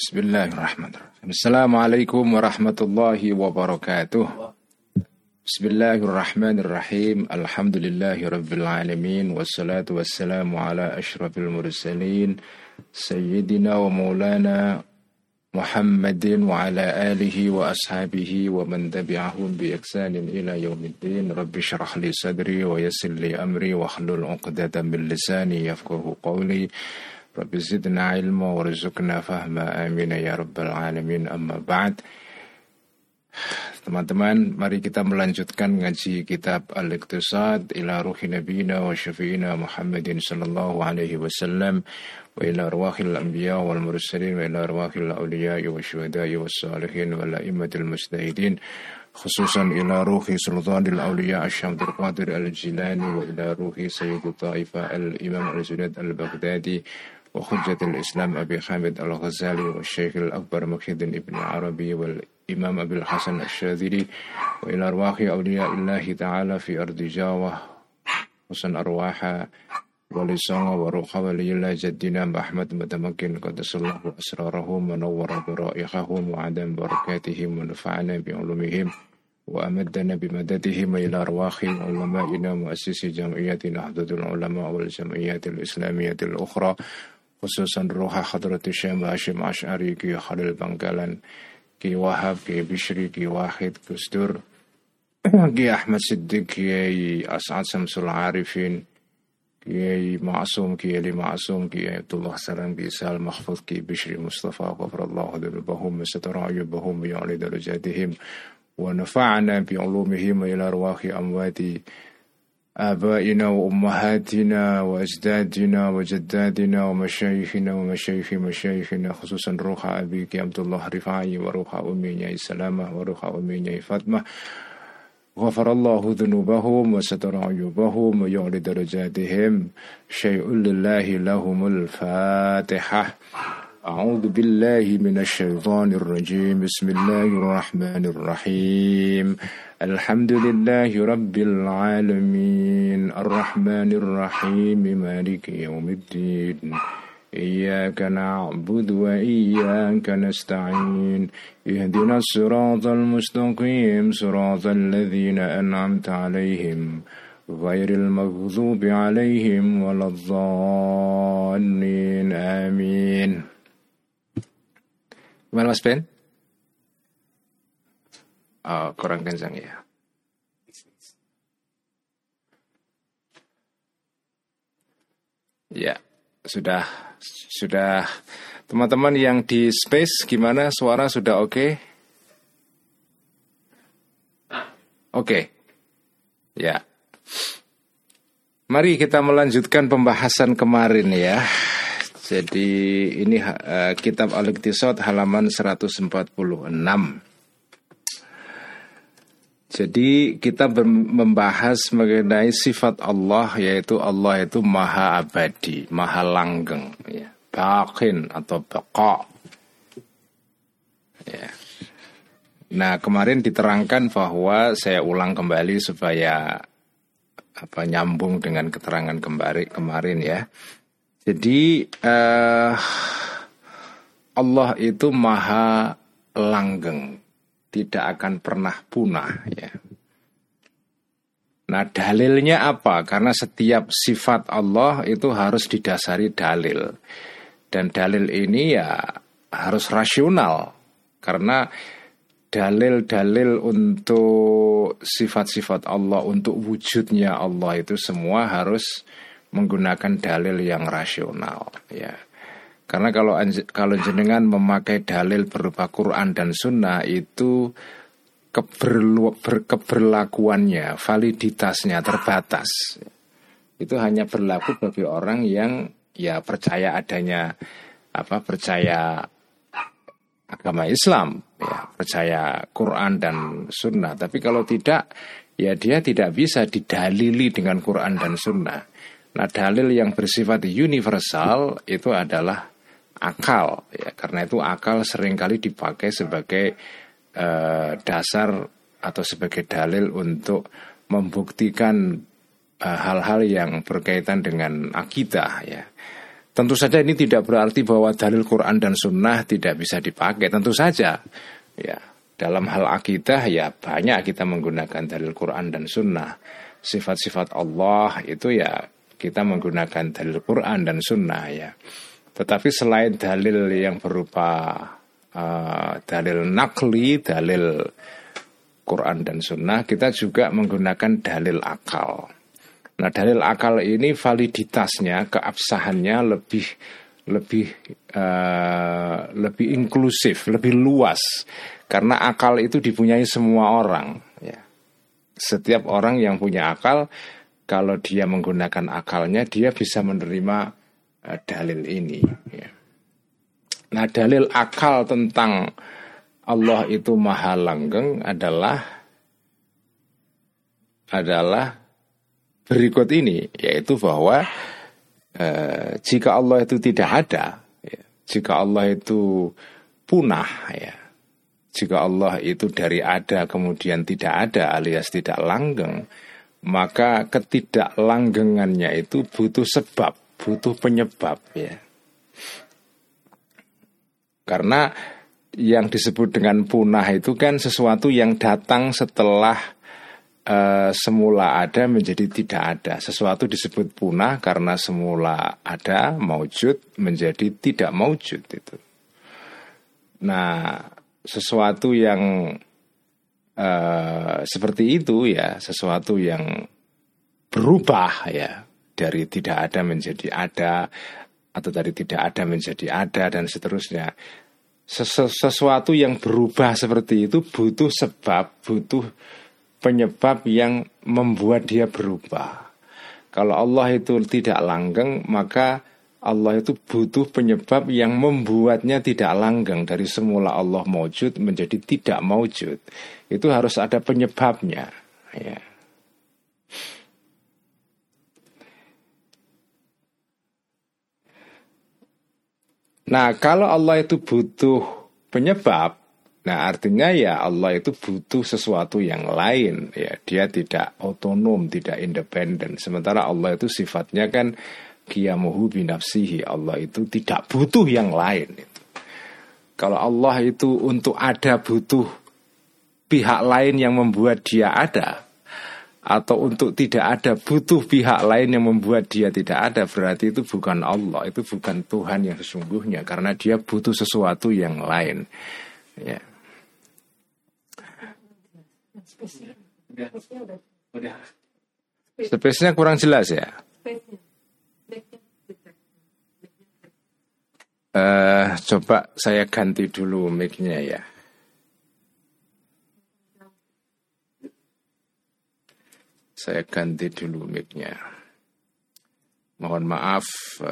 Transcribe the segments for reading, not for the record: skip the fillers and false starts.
Bismillahirrahmanirrahim. Assalamualaikum warahmatullahi wabarakatuh. Bismillahirrahmanirrahim. Alhamdulillahi rabbil alamin. Wassalatu wassalamu ala ashrafil mursalin Sayyidina wa maulana Muhammadin wa ala alihi wa ashabihi wa man tabi'ahum bi ihsanin ila yaumiddin. Rabbi shrah li sadri wa yassir li amri wa hlul 'uqdatam min lisani yafqahu qawli. Rabbi zidna ilma warzuqna fahma amin ya rabbal alamin. Amma ba'd. Teman-teman, mari kita melanjutkan ngaji kitab Al-Iqtisad ila ruhi nabiyina wa syafi'ina Muhammadin sallallahu alaihi wasallam wa ila arwahil anbiya wal mursalin wa ila arwahil awliya wa syuhada'i was salihin wal a'immatil mujtahidin, khususan ila ruhi sultanil awliya Asy-Syamsul Qadir Al-Jilani wa ila ruhi sayyidut ta'ifa al-Imam Al-Junaid Al-Baghdadi wa hujjatul Islam Abi Hamid Al-Ghazali wa Syekh Al-Akbar Muhyiddin Ibn Arabi wal Imam Abil Hasan Asy-Syadzili wa ila arwahi awliya'illahi ta'ala fi ardi Jawa husan arwaha wa lisanga wa ruha waliyillah jaddina Ahmad Mutamakin qadasallahu asrarahum wa nawwara bara'iqahum wa adam barakatihim wa nafa'ana bi'ulumihim wa amaddana bimadadihim wa ila arwahi ulama'ina muassisi jam'iyatina Nahdlatul Ulama wal jam'iyatil islamiyatil ukhra, khususan ruha hadratus Syekh Hashim Asy'ari, Ki Khalil Bangkalan, Ki Wahab, Ki Bishri, Ki Wahid, Gusdur, Ki Ahmad Siddiq, Ki As'ad Samsul Arifin, Ki Ma'asum, Ki Ali Ma'asum, Ki Abdullah Salam, Ki Sal Mahfuz, Ki Bishri Mustafa, ghafarallahu dzunubahum wa satara ayubahum bi ali darajatihim wa nafa'ana bi ulumihim wa ila arwahi amwati آبائنا وأمهاتنا وأجدادنا وجدادنا ومشايخنا ومشايخ مشايخنا، خصوصا روح أبيك عبد الله رفاعي وروح أمي سلامة وروح أمي فاطمة، غفر الله ذنوبهم وستر عيوبهم ويعلي درجاتهم. شيء لله لهم الفاتحة. أعوذ بالله من الشيطان الرجيم. بسم الله الرحمن الرحيم. الحمد لله رب العالمين الرحمن الرحيم مالك يوم الدين إياك نعبد وإياك نستعين اهدنا الصراط المستقيم صراط الذين أنعمت عليهم غير المغضوب عليهم ولا الضالين آمين. Gimana Mas Ben? Oh, kurang kencang ya. Ya, sudah teman-teman yang di space gimana, suara sudah oke? Oke. Ya. Mari kita melanjutkan pembahasan kemarin ya. Jadi ini kitab Al-Iqtisad halaman 146. Jadi kita membahas mengenai sifat Allah, yaitu Allah itu maha abadi, maha langgeng, ya. Baqin atau baqa. Ya. Nah kemarin diterangkan bahwa, saya ulang kembali supaya nyambung dengan keterangan kemarin ya. Jadi Allah itu maha langgeng, tidak akan pernah punah ya. Nah dalilnya apa? Karena setiap sifat Allah itu harus didasari dalil. Dan dalil ini ya harus rasional. Karena dalil-dalil untuk sifat-sifat Allah, untuk wujudnya Allah itu semua harus menggunakan dalil yang rasional ya. Karena kalau jenengan memakai dalil berupa Quran dan Sunnah itu keberlakuannya, validitasnya terbatas. Itu hanya berlaku bagi orang yang ya percaya adanya percaya agama Islam, ya, percaya Quran dan Sunnah. Tapi kalau tidak, ya dia tidak bisa didalili dengan Quran dan Sunnah. Nah dalil yang bersifat universal itu adalah akal ya, karena itu akal seringkali dipakai sebagai dasar atau sebagai dalil untuk membuktikan hal-hal yang berkaitan dengan akidah ya. Tentu saja ini tidak berarti bahwa dalil Quran dan Sunnah tidak bisa dipakai. Tentu saja, ya dalam hal akidah ya banyak kita menggunakan dalil Quran dan Sunnah. Sifat-sifat Allah itu ya kita menggunakan dalil Quran dan Sunnah ya. Tetapi selain dalil yang berupa dalil nakli, dalil Quran dan Sunnah, kita juga menggunakan dalil akal. Nah, dalil akal ini validitasnya, keabsahannya lebih inklusif, lebih luas, karena akal itu dipunyai semua orang. Ya. Setiap orang yang punya akal, kalau dia menggunakan akalnya, dia bisa menerima dalil ini. Ya. Nah, dalil akal tentang Allah itu maha langgeng adalah berikut ini, yaitu bahwa jika Allah itu tidak ada, ya, jika Allah itu punah, ya, jika Allah itu dari ada kemudian tidak ada alias tidak langgeng, maka ketidaklanggengannya itu butuh sebab, butuh penyebab, ya. Karena yang disebut dengan punah itu kan sesuatu yang datang setelah semula ada menjadi tidak ada. Sesuatu disebut punah karena semula ada, maujud menjadi tidak maujud itu. Nah, sesuatu yang seperti itu ya, sesuatu yang berubah ya, dari tidak ada menjadi ada, atau dari tidak ada menjadi ada dan seterusnya. Sesuatu yang berubah seperti itu butuh sebab, butuh penyebab yang membuat dia berubah. Kalau Allah itu tidak langgeng, maka Allah itu butuh penyebab yang membuatnya tidak langgeng. Dari semula Allah maujud menjadi tidak maujud. Itu harus ada penyebabnya, ya. Nah, kalau Allah itu butuh penyebab, nah artinya ya Allah itu butuh sesuatu yang lain, ya. Dia tidak otonom, tidak independen. Sementara Allah itu sifatnya kan qiyamuhu binafsihi. Allah itu tidak butuh yang lain itu. Kalau Allah itu untuk ada butuh pihak lain yang membuat dia ada, atau untuk tidak ada butuh pihak lain yang membuat dia tidak ada, berarti itu bukan Allah, itu bukan Tuhan yang sesungguhnya, karena dia butuh sesuatu yang lain, ya. Space-nya kurang jelas ya. Coba saya ganti dulu mic-nya ya. Saya ganti dulu mic-nya. Mohon maaf.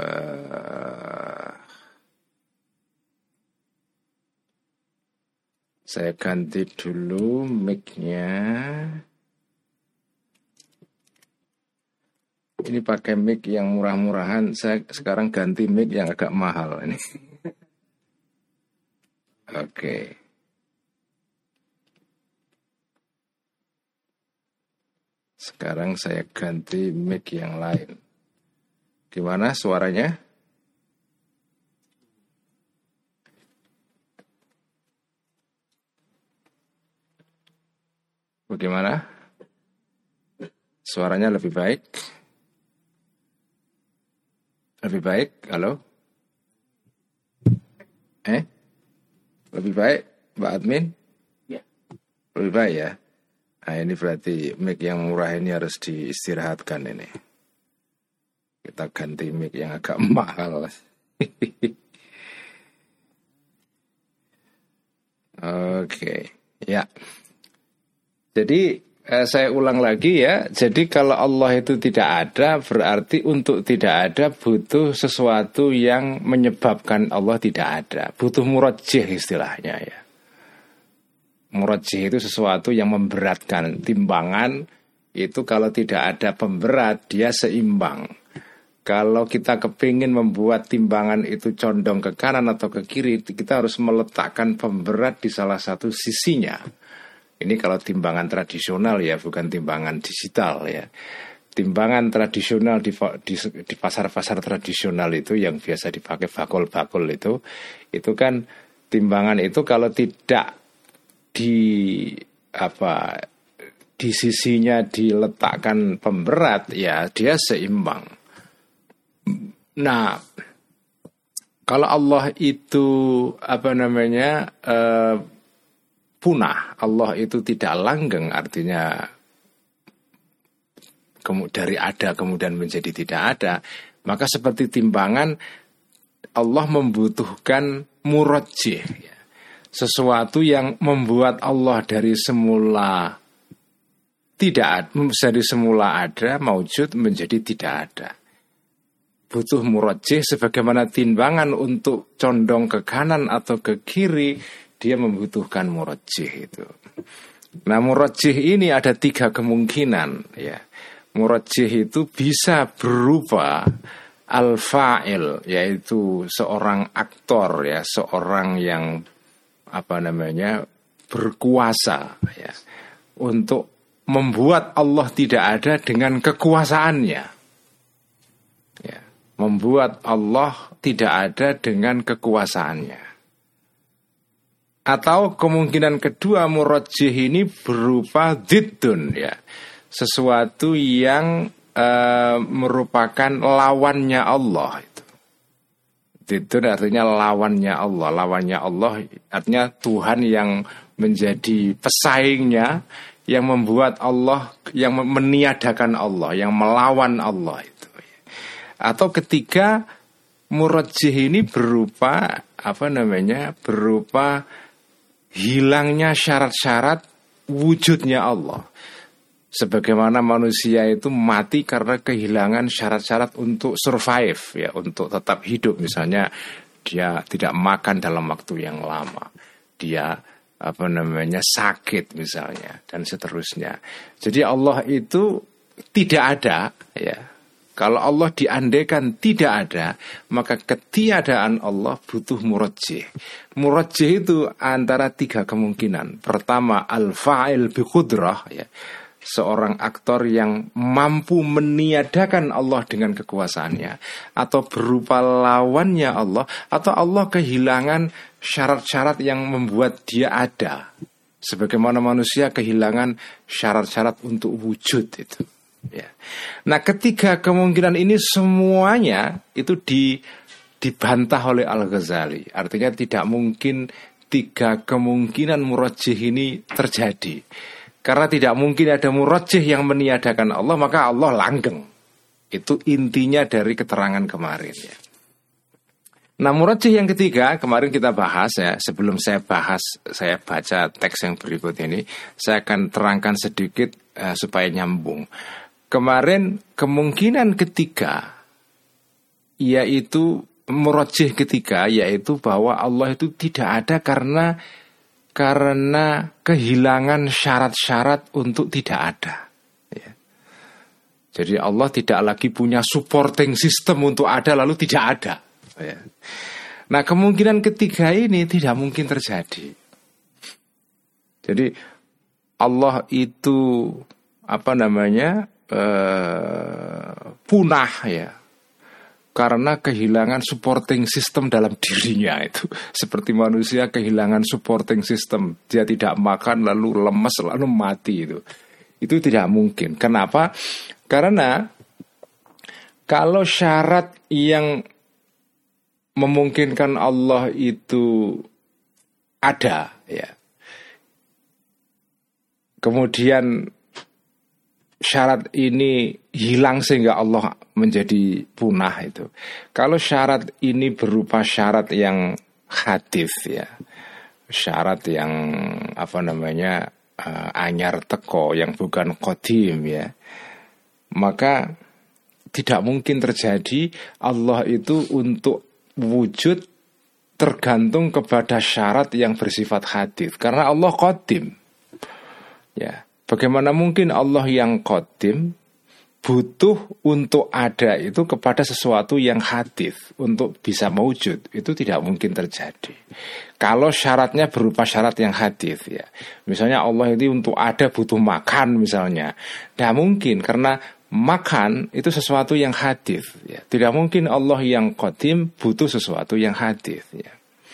Saya ganti dulu mic-nya. Ini pakai mic yang murah-murahan. Saya sekarang ganti mic yang agak mahal ini. Oke. Sekarang saya ganti mic yang lain. Gimana suaranya? Bagaimana? Suaranya lebih baik? Lebih baik? Halo? Lebih baik, Mbak Admin? Ya. Lebih baik ya? Nah, ini berarti mic yang murah ini harus diistirahatkan ini. Kita ganti mic yang agak mahal. Oke, ya. Jadi saya ulang lagi ya. Jadi kalau Allah itu tidak ada, berarti untuk tidak ada butuh sesuatu yang menyebabkan Allah tidak ada. Butuh murajjih istilahnya ya. Murajjih itu sesuatu yang memberatkan. Timbangan itu kalau tidak ada pemberat, dia seimbang. Kalau kita kepingin membuat timbangan itu condong ke kanan atau ke kiri, kita harus meletakkan pemberat di salah satu sisinya. Ini kalau timbangan tradisional ya, bukan timbangan digital ya. timbangan tradisional di pasar-pasar tradisional itu yang biasa dipakai bakul-bakul itu kan timbangan itu kalau tidak di sisinya diletakkan pemberat ya dia seimbang. Nah, kalau Allah itu punah, Allah itu tidak langgeng, artinya dari ada kemudian menjadi tidak ada, maka seperti timbangan Allah membutuhkan murajjih, ya. Sesuatu yang membuat Allah dari semula ada maujud menjadi tidak ada. Butuh murajjih sebagaimana timbangan untuk condong ke kanan atau ke kiri, dia membutuhkan murajjih itu. Nah, murajjih ini ada 3 kemungkinan, ya. Murajjih itu bisa berupa al-fa'il, yaitu seorang aktor, ya, seorang yang berkuasa, ya, untuk membuat Allah tidak ada dengan kekuasaannya, ya, membuat Allah tidak ada dengan kekuasaannya. Atau kemungkinan kedua, murajjih ini berupa diddun, ya, sesuatu yang merupakan lawannya Allah itu. Diddun artinya lawannya Allah. Lawannya Allah artinya Tuhan yang menjadi pesaingnya, yang membuat Allah, yang meniadakan Allah, yang melawan Allah itu. Atau ketiga, murajjih ini berupa berupa hilangnya syarat-syarat wujudnya Allah. Sebagaimana manusia itu mati karena kehilangan syarat-syarat untuk survive, ya, untuk tetap hidup. Misalnya dia tidak makan dalam waktu yang lama, dia sakit misalnya, dan seterusnya. Jadi Allah itu tidak ada, ya. Kalau Allah diandaikan tidak ada, maka ketiadaan Allah butuh murajjih. Murajjih itu antara 3 kemungkinan. Pertama, al-fa'il biqudrah, ya, seorang aktor yang mampu meniadakan Allah dengan kekuasaannya, atau berupa lawannya Allah, atau Allah kehilangan syarat-syarat yang membuat dia ada, sebagaimana manusia kehilangan syarat-syarat untuk wujud itu, ya. Nah, ketiga kemungkinan ini semuanya itu dibantah oleh Al-Ghazali. Artinya tidak mungkin 3 kemungkinan murajjih ini terjadi. Karena tidak mungkin ada murajjih yang meniadakan Allah, maka Allah langgeng. Itu intinya dari keterangan kemarin, ya. Nah, murajjih yang ketiga kemarin kita bahas, ya. Sebelum saya baca teks yang berikut ini, saya akan terangkan sedikit supaya nyambung. Kemarin kemungkinan ketiga, yaitu murajjih ketiga, yaitu bahwa Allah itu tidak ada karena kehilangan syarat-syarat untuk tidak ada, ya. Jadi Allah tidak lagi punya supporting system untuk ada lalu tidak ada, ya. Nah, kemungkinan ketiga ini tidak mungkin terjadi. Jadi Allah itu punah, ya, karena kehilangan supporting system dalam dirinya itu. Seperti manusia kehilangan supporting system, dia tidak makan lalu lemes lalu mati itu tidak mungkin. Kenapa? Karena kalau syarat yang memungkinkan Allah itu ada, ya, kemudian syarat ini hilang sehingga Allah menjadi punah itu. Kalau syarat ini berupa syarat yang hadis, ya, syarat yang anyar teko, yang bukan qadim, ya, maka tidak mungkin terjadi Allah itu untuk wujud tergantung kepada syarat yang bersifat hadis, karena Allah qadim, ya. Bagaimana mungkin Allah yang qadim butuh untuk ada itu kepada sesuatu yang hadis untuk bisa mewujud? Itu tidak mungkin terjadi. Kalau syaratnya berupa syarat yang hadis, ya. Misalnya Allah itu untuk ada butuh makan misalnya. Tidak mungkin, karena Makan itu sesuatu yang hadits, ya. Tidak mungkin Allah yang qadim butuh sesuatu yang hadits, ya.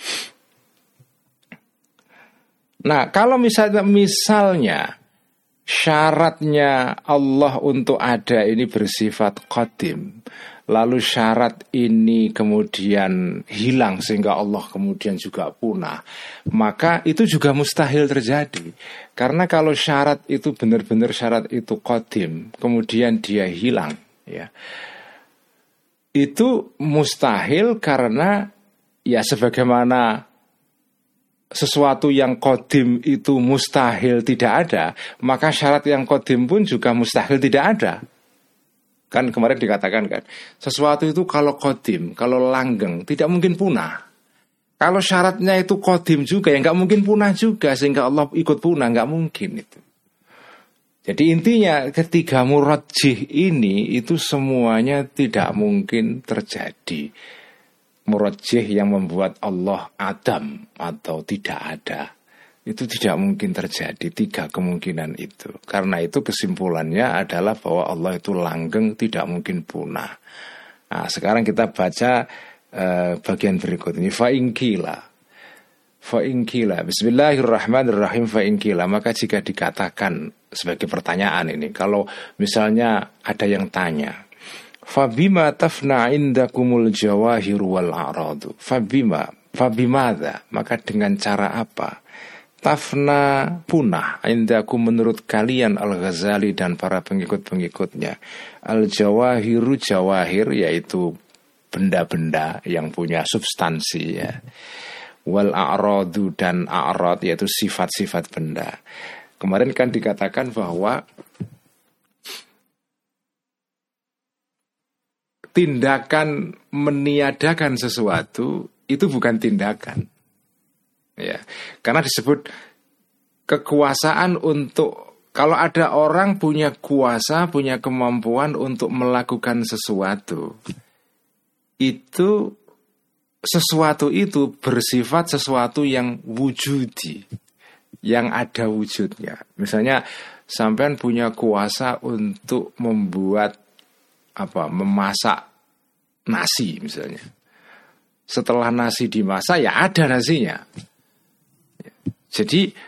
Nah, kalau misalnya syaratnya Allah untuk ada ini bersifat qadim, lalu syarat ini kemudian hilang sehingga Allah kemudian juga punah, maka itu juga mustahil terjadi. Karena kalau syarat itu benar-benar syarat itu qadim, kemudian dia hilang, ya, itu mustahil. Karena ya sebagaimana sesuatu yang qadim itu mustahil tidak ada, maka syarat yang qadim pun juga mustahil tidak ada. Kan kemarin dikatakan kan, sesuatu itu kalau qadim, kalau langgeng tidak mungkin punah. Kalau syaratnya itu qadim juga, ya nggak mungkin punah juga, sehingga Allah ikut punah, nggak mungkin itu. Jadi intinya ketiga murajjih ini itu semuanya tidak mungkin terjadi. Murajjih yang membuat Allah adam atau tidak ada, itu tidak mungkin terjadi. Tiga kemungkinan itu. Karena itu kesimpulannya adalah bahwa Allah itu langgeng, tidak mungkin punah. Nah, sekarang kita baca bagian berikut ini. Fa'ingkila, bismillahirrahmanirrahim. Fa'ingkila, maka jika dikatakan sebagai pertanyaan ini, kalau misalnya ada yang tanya, fabima tafna indakumul jawahir wal a'radu. Fabimada, maka dengan cara apa? Tafna, punah, indakum menurut kalian Al-Ghazali dan para pengikut-pengikutnya. Al-jawahiru, jawahir yaitu benda-benda yang punya substansi, ya. Wal a'radu, dan a'rad yaitu sifat-sifat benda. Kemarin kan dikatakan bahwa tindakan meniadakan sesuatu itu bukan tindakan, ya, karena disebut kekuasaan untuk, kalau ada orang punya kuasa, punya kemampuan untuk melakukan sesuatu, itu sesuatu itu bersifat sesuatu yang wujudi, yang ada wujudnya. Misalnya sampean punya kuasa untuk membuat memasak nasi misalnya. Setelah nasi dimasak, ya ada nasinya. Jadi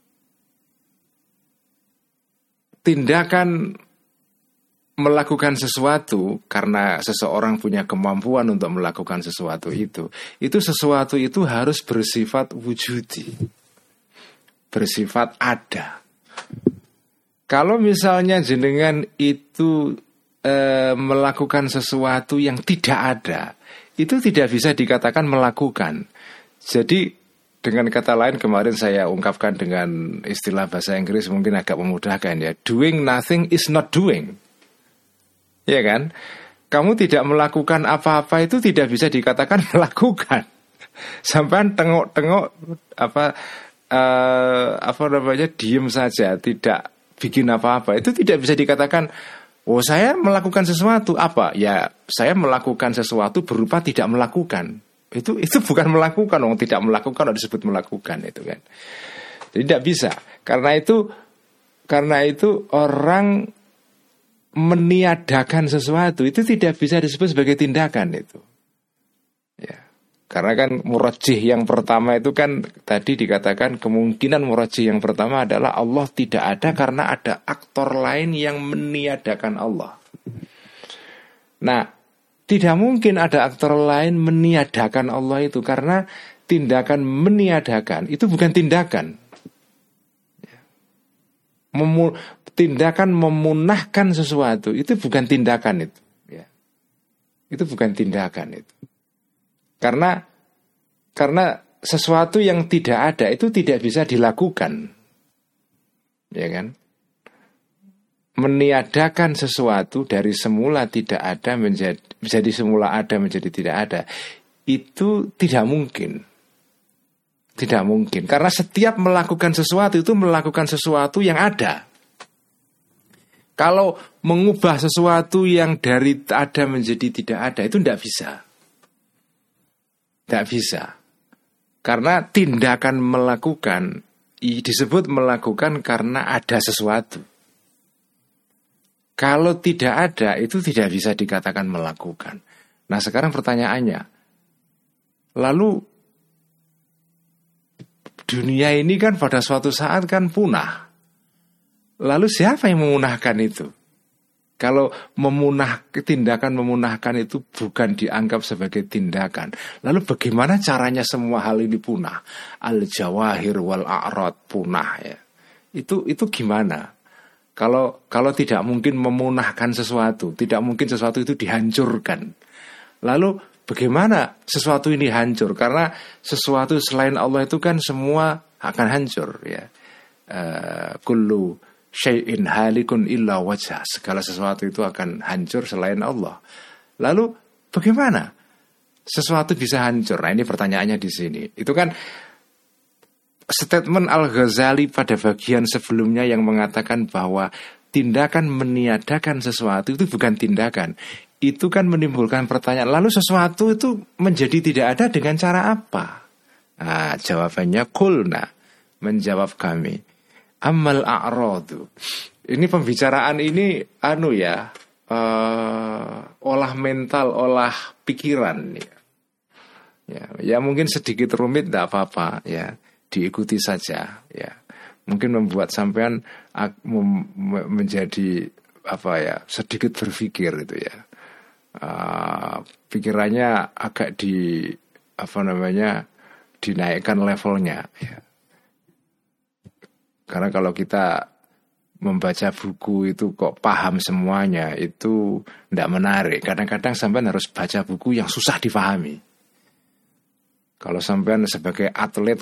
tindakan melakukan sesuatu karena seseorang punya kemampuan untuk melakukan sesuatu itu sesuatu itu harus bersifat wujudi, bersifat ada. Kalau misalnya jenengan itu melakukan sesuatu yang tidak ada, itu tidak bisa dikatakan melakukan. Jadi dengan kata lain, kemarin saya ungkapkan dengan istilah bahasa Inggris mungkin agak memudahkan, ya. Doing nothing is not doing. Ya kan? Kamu tidak melakukan apa-apa itu tidak bisa dikatakan melakukan. Sampai tengok-tengok diem saja, tidak bikin apa-apa, itu tidak bisa dikatakan, oh saya melakukan sesuatu. Apa? Ya saya melakukan sesuatu berupa tidak melakukan. Itu bukan melakukan, orang tidak melakukan atau disebut melakukan itu kan. Jadi tidak bisa. Karena itu orang meniadakan sesuatu itu tidak bisa disebut sebagai tindakan itu. Ya. Karena kan murajjih yang pertama itu kan tadi dikatakan kemungkinan murajjih yang pertama adalah Allah tidak ada karena ada aktor lain yang meniadakan Allah. Nah, tidak mungkin ada aktor lain meniadakan Allah itu, karena tindakan meniadakan itu bukan tindakan. Tindakan memunahkan sesuatu itu bukan tindakan itu, ya. Itu bukan tindakan itu. Karena sesuatu yang tidak ada itu tidak bisa dilakukan, ya kan? Meniadakan sesuatu dari semula tidak ada menjadi semula ada menjadi tidak ada, itu tidak mungkin. Tidak mungkin, karena setiap melakukan sesuatu itu melakukan sesuatu yang ada. Kalau mengubah sesuatu yang dari ada menjadi tidak ada itu tidak bisa. Tidak bisa. Karena tindakan melakukan disebut melakukan karena ada sesuatu. Kalau tidak ada, itu tidak bisa dikatakan melakukan. Nah sekarang pertanyaannya, lalu dunia ini kan pada suatu saat kan punah. Lalu siapa yang memunahkan itu? Kalau tindakan memunahkan itu bukan dianggap sebagai tindakan, lalu bagaimana caranya semua hal ini punah? Al-jawahir wal a'rad punah ya. Itu gimana? Kalau tidak mungkin memunahkan sesuatu, tidak mungkin sesuatu itu dihancurkan. Lalu bagaimana sesuatu ini hancur? Karena sesuatu selain Allah itu kan semua akan hancur ya. Kullu syai'in halikun illa wajah. Segala sesuatu itu akan hancur selain Allah. Lalu bagaimana sesuatu bisa hancur? Nah ini pertanyaannya di sini. Itu kan statement Al-Ghazali pada bagian sebelumnya yang mengatakan bahwa tindakan meniadakan sesuatu itu bukan tindakan. Itu kan menimbulkan pertanyaan, lalu sesuatu itu menjadi tidak ada dengan cara apa? Nah, jawabannya kulna, menjawab kami. Amal a'radu. Ini pembicaraan ini olah mental, olah pikiran ya mungkin sedikit rumit tidak apa-apa ya, diikuti saja ya. Mungkin membuat sampean menjadi sedikit berpikir itu ya. Pikirannya agak dinaikkan levelnya ya. Karena kalau kita membaca buku itu kok paham semuanya, itu tidak menarik. Kadang-kadang sampean harus baca buku yang susah dipahami. Kalau sampean sebagai atlet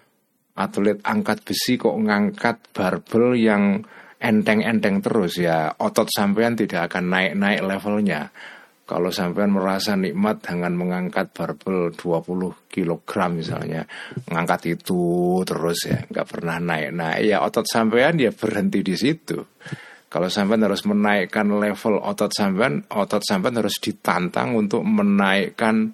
angkat besi kok ngangkat barbel yang enteng-enteng terus ya, otot sampean tidak akan naik-naik levelnya. Kalau sampean merasa nikmat dengan mengangkat barbel 20 kg misalnya, ngangkat itu terus ya, nggak pernah naik-naik, ya otot sampean ya berhenti di situ. Kalau sampean harus menaikkan level otot sampean harus ditantang untuk menaikkan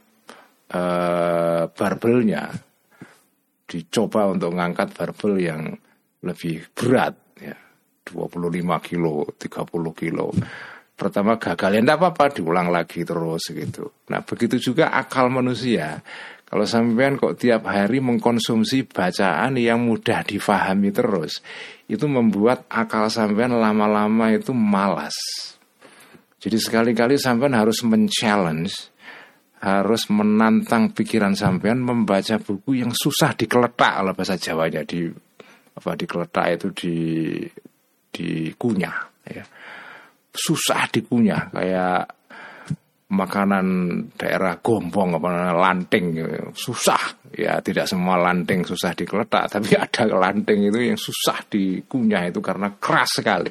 barbelnya. Dicoba untuk ngangkat barbel yang lebih berat ya, 25 kilo, 30 kilo. Pertama gagal ya enggak apa-apa, diulang lagi terus gitu. Nah begitu juga akal manusia. Kalau sampean kok tiap hari mengkonsumsi bacaan yang mudah difahami terus, itu membuat akal sampean lama-lama itu malas. Jadi sekali-kali sampean harus men-challenge, harus menantang pikiran sampean membaca buku yang susah dikeletak, kalau bahasa Jawanya dikeletak itu dikunyah ya. Susah dikunyah, kayak makanan daerah Gombong lanting susah ya. Tidak semua lanting susah dikeletak, tapi ada lanting itu yang susah dikunyah itu karena keras sekali.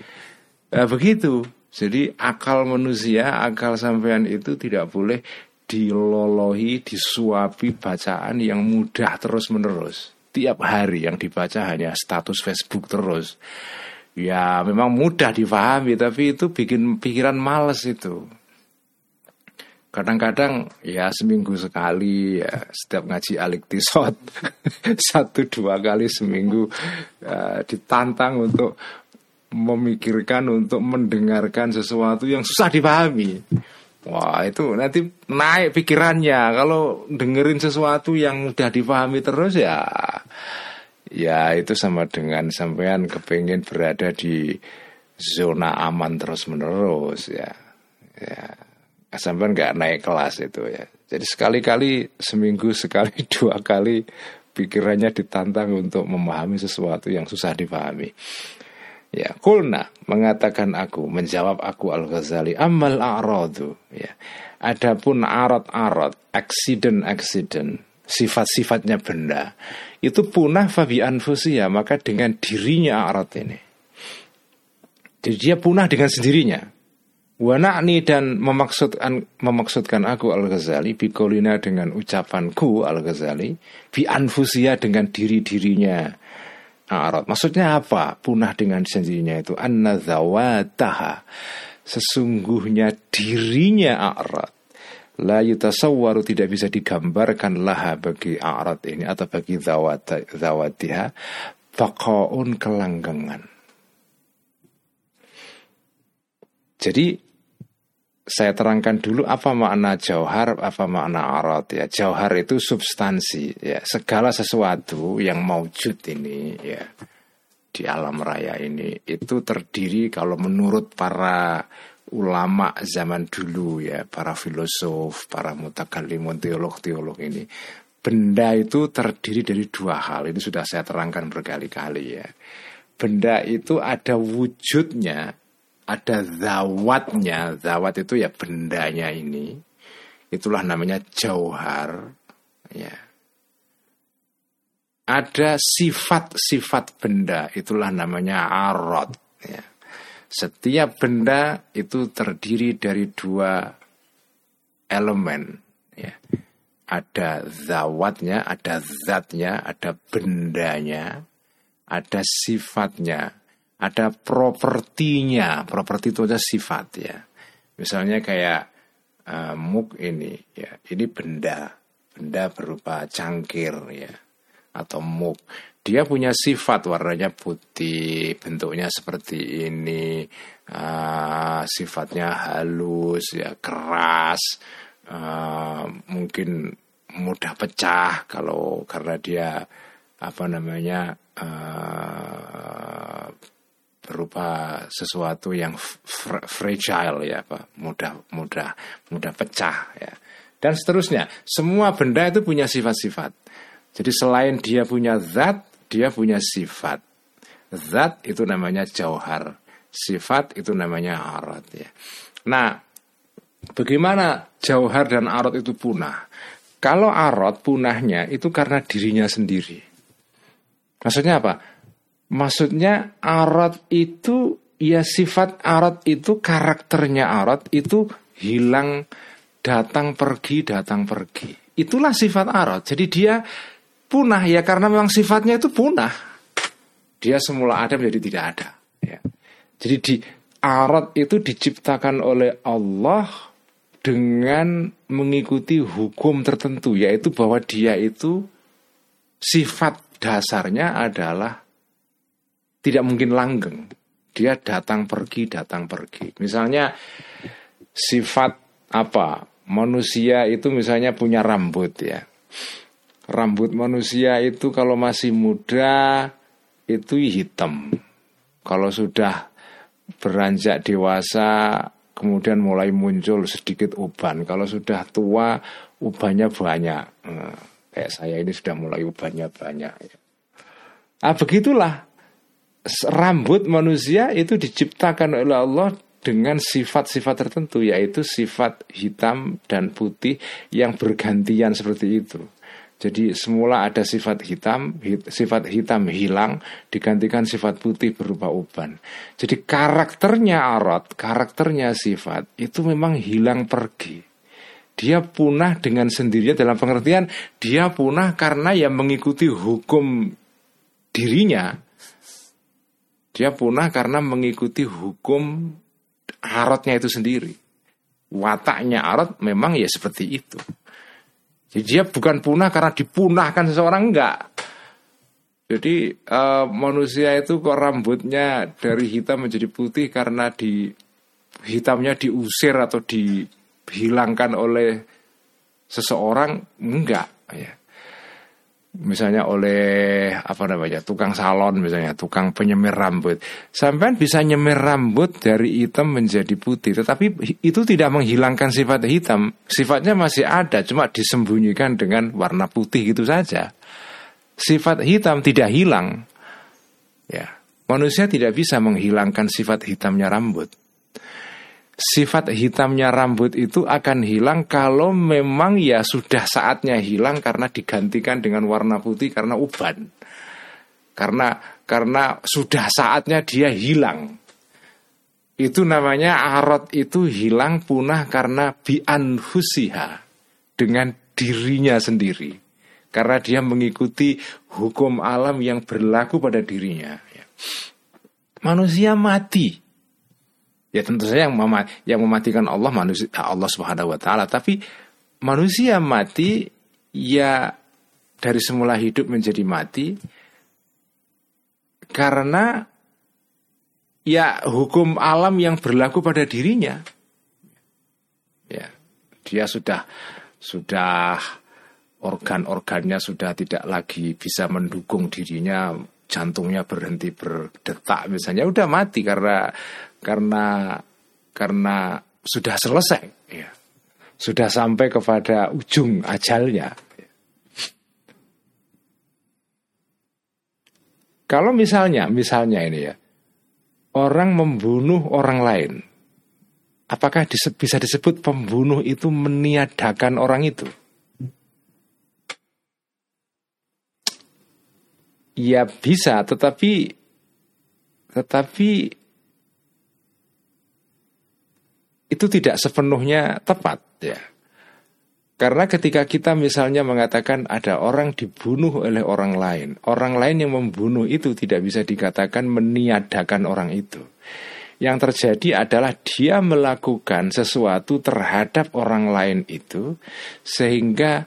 Begitu. Jadi akal manusia, akal sampean itu tidak boleh dilolohi, disuapi bacaan yang mudah terus menerus. Tiap hari yang dibaca hanya status Facebook terus. Ya memang mudah dipahami, tapi itu bikin pikiran males itu. Kadang-kadang ya seminggu sekali ya, setiap ngaji Al-Iqtisad 1-2 kali seminggu ditantang untuk memikirkan, untuk mendengarkan sesuatu yang susah dipahami. Wah itu nanti naik pikirannya. Kalau dengerin sesuatu yang mudah dipahami terus ya itu sama dengan sampean kepengen berada di zona aman terus menerus ya sampean nggak naik kelas itu ya. Jadi sekali-kali seminggu sekali 2 kali pikirannya ditantang untuk memahami sesuatu yang susah dipahami ya. Kulna mengatakan aku, menjawab aku Al-Ghazali, amal a'radu ya. Adapun arad accident sifat-sifatnya benda itu punah fabi anfusiya, maka dengan dirinya a'rad ini. Jadi dia punah dengan sendirinya. Wa na'ni, dan memaksudkan aku Al-Ghazali biqaulina, dengan ucapanku Al-Ghazali, bi anfusiya, dengan diri-dirinya a'rad. Maksudnya apa? Punah dengan sendirinya itu anna zawataha, sesungguhnya dirinya a'rad, la yutasawwaru, tidak bisa digambarkan laha, bagi a'rad ini atau bagi zawatiha, baqaun, kelanggengan. Jadi saya terangkan dulu apa makna jauhar, apa makna arad ya. Jauhar itu substansi ya, segala sesuatu yang maujud ini ya di alam raya ini itu terdiri kalau menurut para ulama zaman dulu ya, para filosof, para mutakallimun, teolog-teolog ini, benda itu terdiri dari dua hal. Itu sudah saya terangkan berkali-kali ya. Benda itu ada wujudnya, ada zawatnya. Zawat itu ya bendanya ini. Itulah namanya jauhar ya. Ada sifat-sifat benda, itulah namanya arad ya. Setiap benda itu terdiri dari dua elemen ya. Ada zawatnya, ada zatnya, ada bendanya, ada sifatnya, ada propertinya. Properti itu aja sifat ya. Misalnya kayak muk ini ya, ini benda berupa cangkir ya, atau muk. Dia punya sifat, warnanya putih, bentuknya seperti ini, sifatnya halus ya, keras, mungkin mudah pecah kalau karena dia berupa sesuatu yang fragile ya, mudah pecah ya, dan seterusnya. Semua benda itu punya sifat-sifat. Jadi selain dia punya zat, dia punya sifat. Zat itu namanya jauhar, sifat itu namanya arad ya. Nah, bagaimana jauhar dan arad itu punah? Kalau arad punahnya itu karena dirinya sendiri. Maksudnya apa? Maksudnya arad itu ya, sifat arad itu, karakternya arad itu hilang, datang pergi. Itulah sifat arad. Jadi dia punah ya karena memang sifatnya itu punah. Dia semula ada menjadi tidak ada ya. Jadi di arad itu diciptakan oleh Allah dengan mengikuti hukum tertentu, yaitu bahwa dia itu sifat dasarnya adalah tidak mungkin langgeng. Dia datang pergi. Misalnya sifat apa? Manusia itu misalnya punya rambut ya. Rambut manusia itu kalau masih muda itu hitam. Kalau sudah beranjak dewasa kemudian mulai muncul sedikit uban. Kalau sudah tua ubannya banyak. Kayak saya ini sudah mulai ubannya banyak. Begitulah rambut manusia itu diciptakan oleh Allah dengan sifat-sifat tertentu, yaitu sifat hitam dan putih yang bergantian seperti itu. Jadi semula ada sifat hitam hilang, digantikan sifat putih berupa uban. Jadi karakternya arad, karakternya sifat itu memang hilang pergi. Dia punah dengan sendirinya, dalam pengertian dia punah karena yang mengikuti hukum dirinya. Dia punah karena mengikuti hukum aradnya itu sendiri. Wataknya arad memang ya seperti itu. Jadi dia bukan punah karena dipunahkan seseorang, enggak. Jadi manusia itu kok rambutnya dari hitam menjadi putih karena hitamnya diusir atau dihilangkan oleh seseorang, enggak ya. Misalnya oleh tukang salon, misalnya tukang penyemir rambut. Sampean bisa nyemir rambut dari hitam menjadi putih, tetapi itu tidak menghilangkan sifat hitam. Sifatnya masih ada, cuma disembunyikan dengan warna putih gitu saja. Sifat hitam tidak hilang. Ya, manusia tidak bisa menghilangkan sifat hitamnya rambut. Sifat hitamnya rambut itu akan hilang kalau memang ya sudah saatnya hilang karena digantikan dengan warna putih karena uban. Karena sudah saatnya dia hilang. Itu namanya arad itu hilang, punah karena bi'anfusiha, dengan dirinya sendiri. Karena dia mengikuti hukum alam yang berlaku pada dirinya. Manusia mati. Ya tentu saja yang mematikan Allah Subhanahu wa taala, tapi manusia mati ya dari semula hidup menjadi mati karena ya hukum alam yang berlaku pada dirinya. Ya, dia sudah organ-organnya sudah tidak lagi bisa mendukung dirinya, jantungnya berhenti berdetak misalnya, udah mati karena sudah selesai, ya. Sudah sampai kepada ujung ajalnya. Kalau misalnya ini ya, orang membunuh orang lain, apakah bisa disebut pembunuh itu meniadakan orang itu? Ya bisa, tetapi itu tidak sepenuhnya tepat ya. Karena ketika kita misalnya mengatakan ada orang dibunuh oleh orang lain yang membunuh itu tidak bisa dikatakan meniadakan orang itu. Yang terjadi adalah dia melakukan sesuatu terhadap orang lain itu sehingga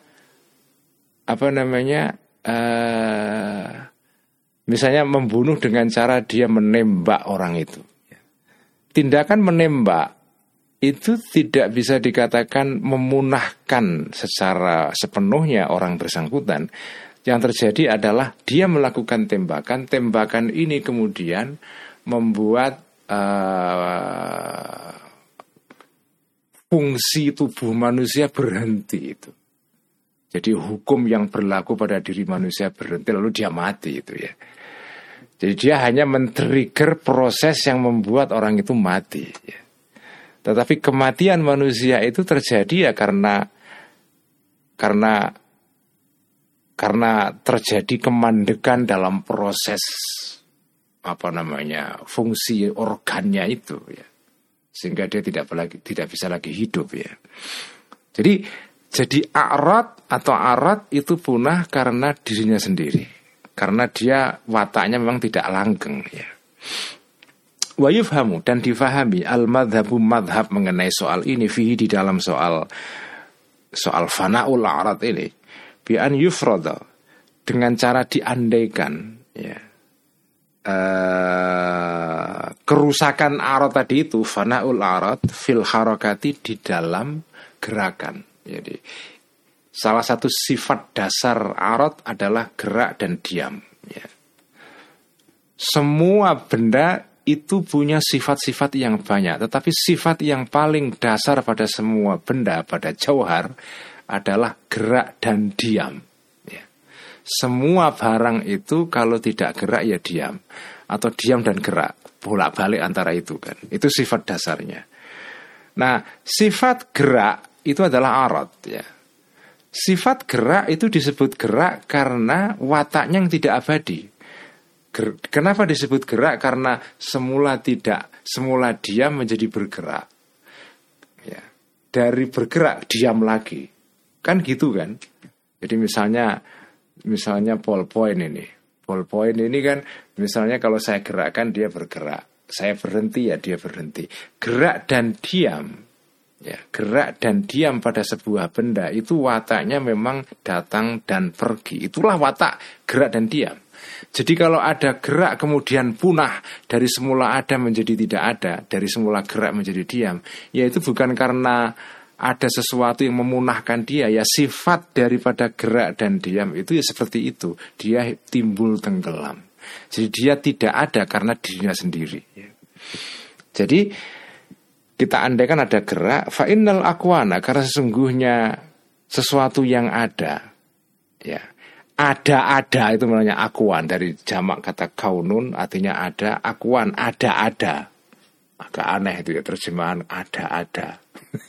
misalnya membunuh dengan cara dia menembak orang itu. Tindakan menembak itu tidak bisa dikatakan memunahkan secara sepenuhnya orang bersangkutan. Yang terjadi adalah dia melakukan tembakan ini kemudian membuat fungsi tubuh manusia berhenti itu. Jadi hukum yang berlaku pada diri manusia berhenti lalu dia mati itu ya. Jadi dia hanya men-trigger proses yang membuat orang itu mati ya. Tetapi kematian manusia itu terjadi ya karena terjadi kemandekan dalam proses fungsi organnya itu ya. Sehingga dia tidak bisa lagi hidup ya. Jadi arat itu punah karena dirinya sendiri. Karena dia wataknya memang tidak langgeng ya. Wa yufhamu, dan difahami al-madhabu madhab mengenai soal ini fihi di dalam soal fana'ul a'rad ini bi an yufrada, dengan cara diandaikan ya. Kerusakan a'rad tadi itu fana'ul a'rad fil harakati, di dalam gerakan. Jadi salah satu sifat dasar a'rad adalah gerak dan diam ya. Semua benda itu punya sifat-sifat yang banyak, tetapi sifat yang paling dasar pada semua benda, pada jauhar, adalah gerak dan diam ya. Semua barang itu kalau tidak gerak ya diam, atau diam dan gerak, bolak-balik antara itu kan. Itu sifat dasarnya. Nah, sifat gerak itu adalah a'rad ya. Sifat gerak itu disebut gerak karena wataknya yang tidak abadi. Kenapa disebut gerak? Karena semula diam menjadi bergerak ya. Dari bergerak diam lagi. Kan gitu kan. Jadi misalnya ballpoint ini kan, misalnya kalau saya gerakkan dia bergerak, saya berhenti ya dia berhenti. Gerak dan diam ya, gerak dan diam pada sebuah benda itu wataknya memang datang dan pergi. Itulah watak gerak dan diam. Jadi kalau ada gerak kemudian punah, dari semula ada menjadi tidak ada, dari semula gerak menjadi diam, ya itu bukan karena ada sesuatu yang memunahkan dia ya. Sifat daripada gerak dan diam itu ya seperti itu, dia timbul tenggelam. Jadi dia tidak ada karena dirinya sendiri ya. Jadi kita andaikan ada gerak, fa innal akwana, karena sesungguhnya sesuatu yang ada ya. Ada itu namanya akuan, dari jamak kata kaunun, artinya ada. Akuan ada. Agak aneh itu ya terjemahan ada.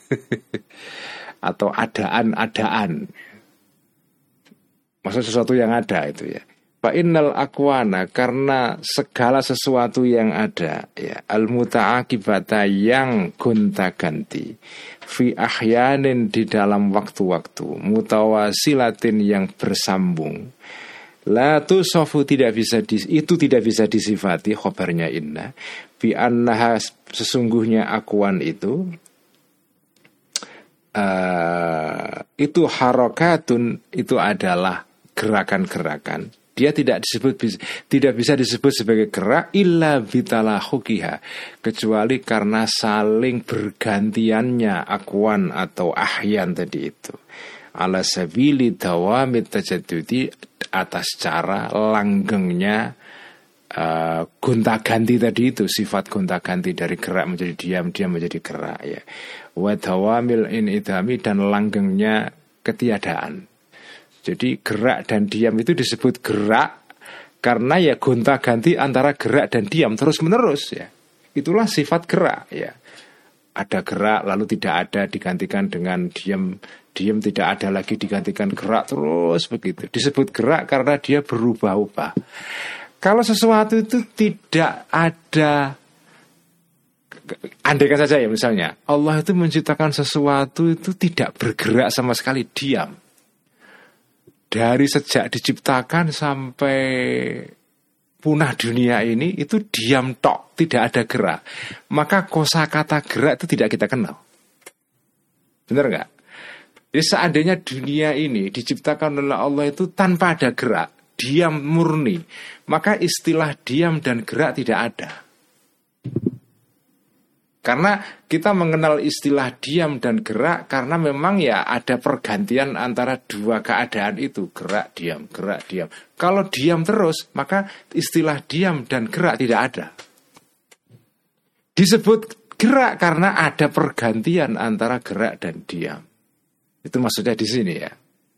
Atau adaan. Maksud sesuatu yang ada itu ya. Fa innal akwana, karena segala sesuatu yang ada ya, al muta'aqibata, yang gonta-ganti, fi ahyanin, di dalam waktu-waktu, mutawasilatin, yang bersambung, la tusofu, tidak bisa disifati, khobarnya inna, bi annaha, sesungguhnya akuan itu harokatun, itu adalah gerakan-gerakan, Dia tidak bisa disebut sebagai gerak illa bitalahukiha, kecuali karena saling bergantiannya akuan atau ahyan tadi itu. Ala sabili dawamit tajaddudi, atas cara langgengnya gonta-ganti tadi itu, sifat gonta-ganti dari gerak menjadi diam, diam menjadi gerak ya. Wa dawamil inidami, dan langgengnya ketiadaan. Jadi gerak dan diam itu disebut gerak karena ya gonta-ganti antara gerak dan diam terus menerus ya. Itulah sifat gerak ya. Ada gerak lalu tidak ada digantikan dengan diam, diam tidak ada lagi digantikan gerak, terus begitu. Disebut gerak karena dia berubah-ubah. Kalau sesuatu itu tidak ada, andaikan saja ya misalnya Allah itu menciptakan sesuatu itu tidak bergerak sama sekali, diam. Dari sejak diciptakan sampai punah dunia ini itu diam tok, tidak ada gerak. Maka kosakata gerak itu tidak kita kenal. Benar nggak? Jadi seandainya dunia ini diciptakan oleh Allah itu tanpa ada gerak, diam murni, maka istilah diam dan gerak tidak ada. Karena kita mengenal istilah diam dan gerak karena memang ya ada pergantian antara dua keadaan itu, gerak diam, gerak diam. Kalau diam terus, maka istilah diam dan gerak tidak ada. Disebut gerak karena ada pergantian antara gerak dan diam. Itu maksudnya di sini ya.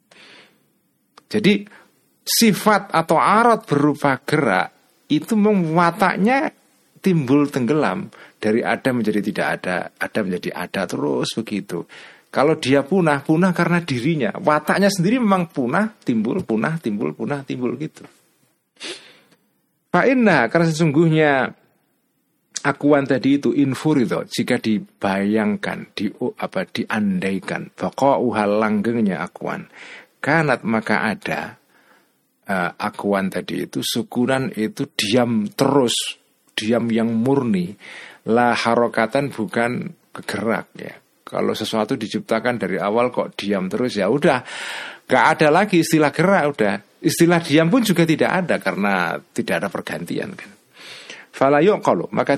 Jadi sifat atau arat berupa gerak itu wataknya timbul tenggelam, dari ada menjadi tidak ada menjadi ada, terus begitu. Kalau dia punah karena dirinya, wataknya sendiri memang punah, timbul, punah, timbul, punah, timbul gitu. Fa'inna, karena sesungguhnya akuan tadi itu infurido, jika dibayangkan, diandaikan, baqa'uha langgengnya akuan, kanat maka ada akuan tadi itu sukunan itu diam terus, diam yang murni, la harokatan bukan bergerak ya. Kalau sesuatu diciptakan dari awal kok diam terus, ya udah gak ada lagi istilah gerak, udah istilah diam pun juga tidak ada karena tidak ada pergantian kan. Fala yuqalu, maka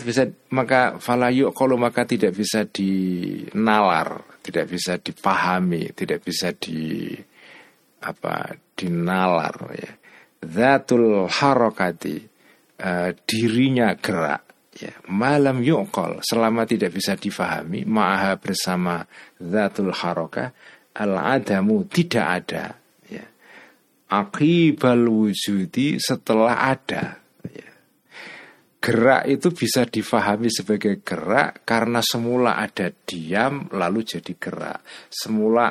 maka tidak bisa dinalar, tidak bisa dipahami, tidak bisa dinalar ya. Zatul harokati, dirinya gerak ya, malam yuqal, selama tidak bisa difahami, ma'aha bersama zatul harokah, al-adamu tidak ada ya, aqibal wujudi setelah ada ya. Gerak itu bisa difahami sebagai gerak karena semula ada diam lalu jadi gerak. Semula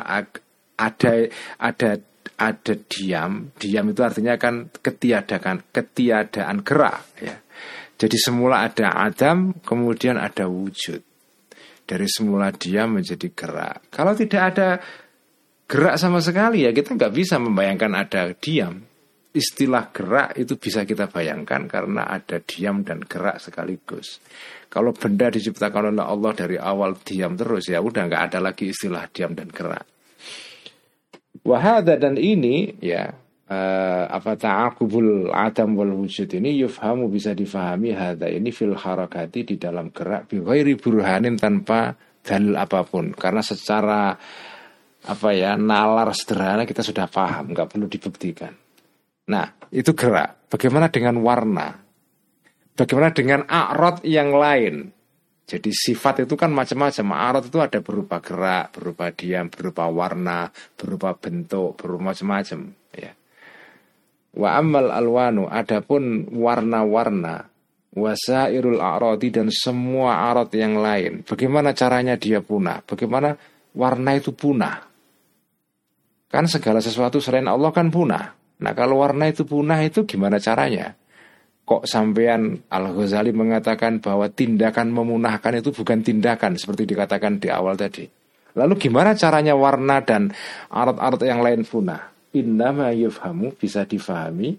ada diam itu artinya kan ketiadaan gerak ya. Jadi semula ada adam, kemudian ada wujud. Dari semula diam menjadi gerak. Kalau tidak ada gerak sama sekali ya kita nggak bisa membayangkan ada diam. Istilah gerak itu bisa kita bayangkan karena ada diam dan gerak sekaligus. Kalau benda diciptakan oleh Allah dari awal diam terus, ya udah nggak ada lagi istilah diam dan gerak. Wahada, dan ini ya ta'aqubul adam wal wujud ini yufhamu, bisa difahami hada ini fil harakati, di dalam gerak, bi ghairi burhanin, tanpa dalil apapun, karena secara nalar sederhana kita sudah paham, nggak perlu dibuktikan. Nah itu gerak. Bagaimana dengan warna? Bagaimana dengan a'rad yang lain? Jadi sifat itu kan macam-macam. A'rad itu ada berupa gerak, berupa diam, berupa warna, berupa bentuk, berupa macam-macam ya. Wa ammal alwanu, adapun warna-warna, wasairul a'radi, dan semua a'rad yang lain, bagaimana caranya dia punah? Bagaimana warna itu punah? Kan segala sesuatu selain Allah kan punah. Nah kalau warna itu punah itu gimana caranya? Kok sampean Al-Ghazali mengatakan bahwa tindakan memunahkan itu bukan tindakan seperti dikatakan di awal tadi. Lalu gimana caranya warna dan arat-arat yang lain punah? Innama yufhamu, bisa difahami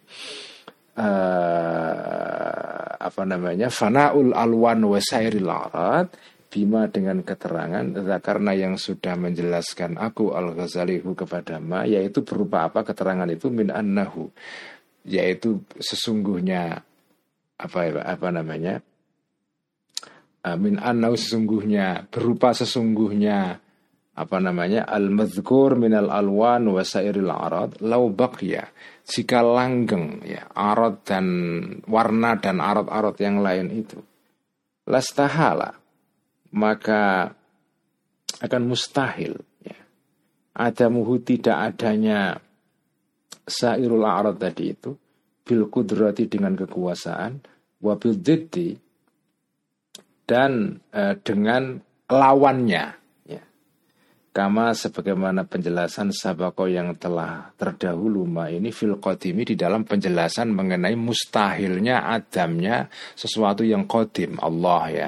fana'ul alwan wa sairil arat, bima, dengan keterangan karena yang sudah menjelaskan aku Al-Ghazali kepada ma, yaitu berupa apa keterangan itu, min annahu, yaitu sesungguhnya apa namanya, min annau sesungguhnya, berupa sesungguhnya apa namanya, al-madhkur minal alwan wa sairil arad law baqiya, jika langgeng ya arad dan warna dan arad-arad yang lain itu, lastahala, maka akan mustahil ya, adamuhu, tidak adanya sairul a'rad tadi itu, bil kudrati dengan kekuasaan, wabil diddi dan dengan lawannya ya. Kama sebagaimana penjelasan sabako yang telah terdahulu ma ini fil qadimi, di dalam penjelasan mengenai mustahilnya adamnya sesuatu yang qadim, Allah ya.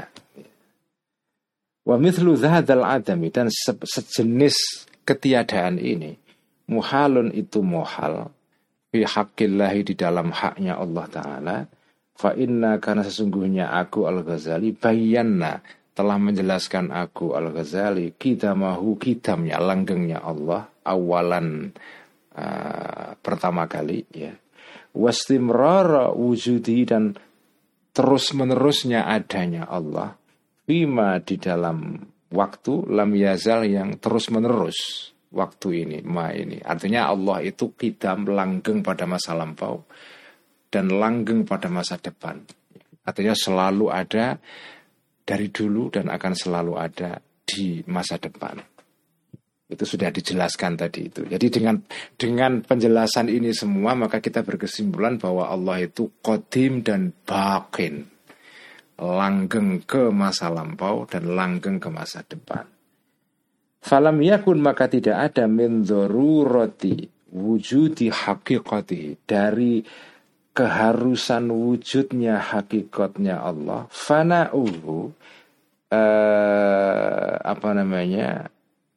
Wa mithlu dzadzal adami, dan sejenis ketiadaan ini, muhalun itu muhal fi haqqillahi, di dalam haknya Allah Ta'ala. Fa inna, karena sesungguhnya aku Al-Ghazali, bayanna, telah menjelaskan aku Al-Ghazali, kidamahu, kidamnya, langgengnya Allah, awalan pertama kali ya. Wastimrara wujudi, dan terus menerusnya adanya Allah, bima, di dalam waktu, lam yazal, yang terus menerus waktu ini, ma ini. Artinya Allah itu kidam, langgeng pada masa lampau dan langgeng pada masa depan. Artinya selalu ada dari dulu dan akan selalu ada di masa depan. Itu sudah dijelaskan tadi itu. Jadi dengan penjelasan ini semua, maka kita berkesimpulan bahwa Allah itu qadim dan baqin, langgeng ke masa lampau dan langgeng ke masa depan. Falam yakun, maka tidak ada min dzarurati wujudi haqiqatihi, dari keharusan wujudnya hakikatnya Allah, fana'uhu apa namanya,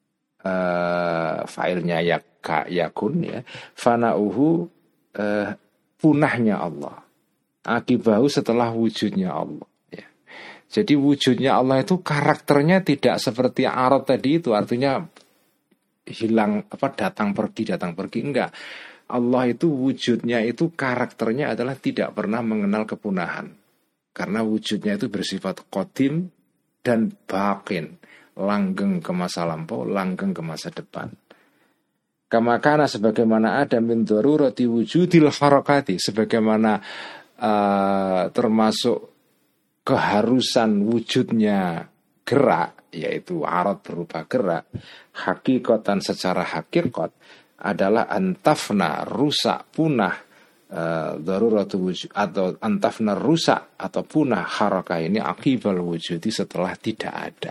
failnya yakun ya, fana'uhu punahnya Allah, akibahu setelah wujudnya Allah. Jadi wujudnya Allah itu karakternya tidak seperti arad tadi itu, artinya hilang datang pergi, enggak. Allah itu wujudnya itu karakternya adalah tidak pernah mengenal kepunahan. Karena wujudnya itu bersifat qadim dan baqin, langgeng ke masa lampau, langgeng ke masa depan. Kama kana, sebagaimana ada min darurati wujudil harakati, sebagaimana termasuk keharusan wujudnya gerak, yaitu arad berupa gerak, hakikatan secara hakikat adalah antafna, rusak, punah, daruratu wujud, atau antafna, rusak atau punah harakah ini akibal wujudi, setelah tidak ada.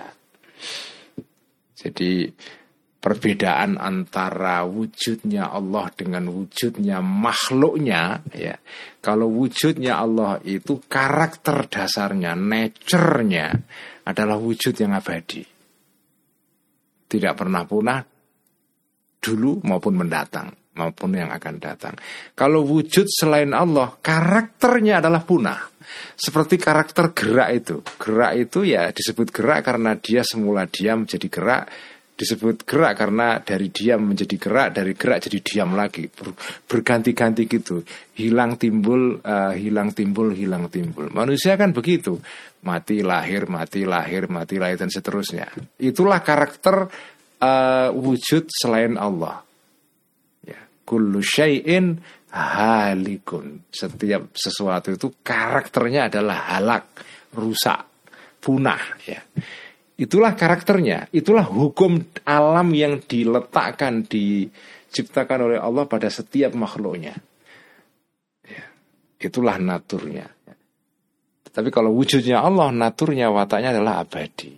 Jadi perbedaan antara wujudnya Allah dengan wujudnya makhluknya ya. Kalau wujudnya Allah itu karakter dasarnya, nature-nya adalah wujud yang abadi, tidak pernah punah dulu maupun mendatang maupun yang akan datang. Kalau wujud selain Allah, karakternya adalah punah. Seperti karakter gerak itu. Gerak itu ya disebut gerak karena dia semula diam jadi gerak. Disebut gerak karena dari diam menjadi gerak, dari gerak jadi diam lagi, berganti-ganti gitu, hilang timbul, hilang timbul, hilang timbul. Manusia kan begitu, mati lahir dan seterusnya. Itulah karakter wujud selain Allah. Ya, kullu syai'in halikun. Setiap sesuatu itu karakternya adalah halak, rusak, punah. Ya. Itulah karakternya, itulah hukum alam yang diletakkan, diciptakan oleh Allah pada setiap makhluknya. Ya, itulah naturnya. Tapi kalau wujudnya Allah, naturnya, wataknya adalah abadi.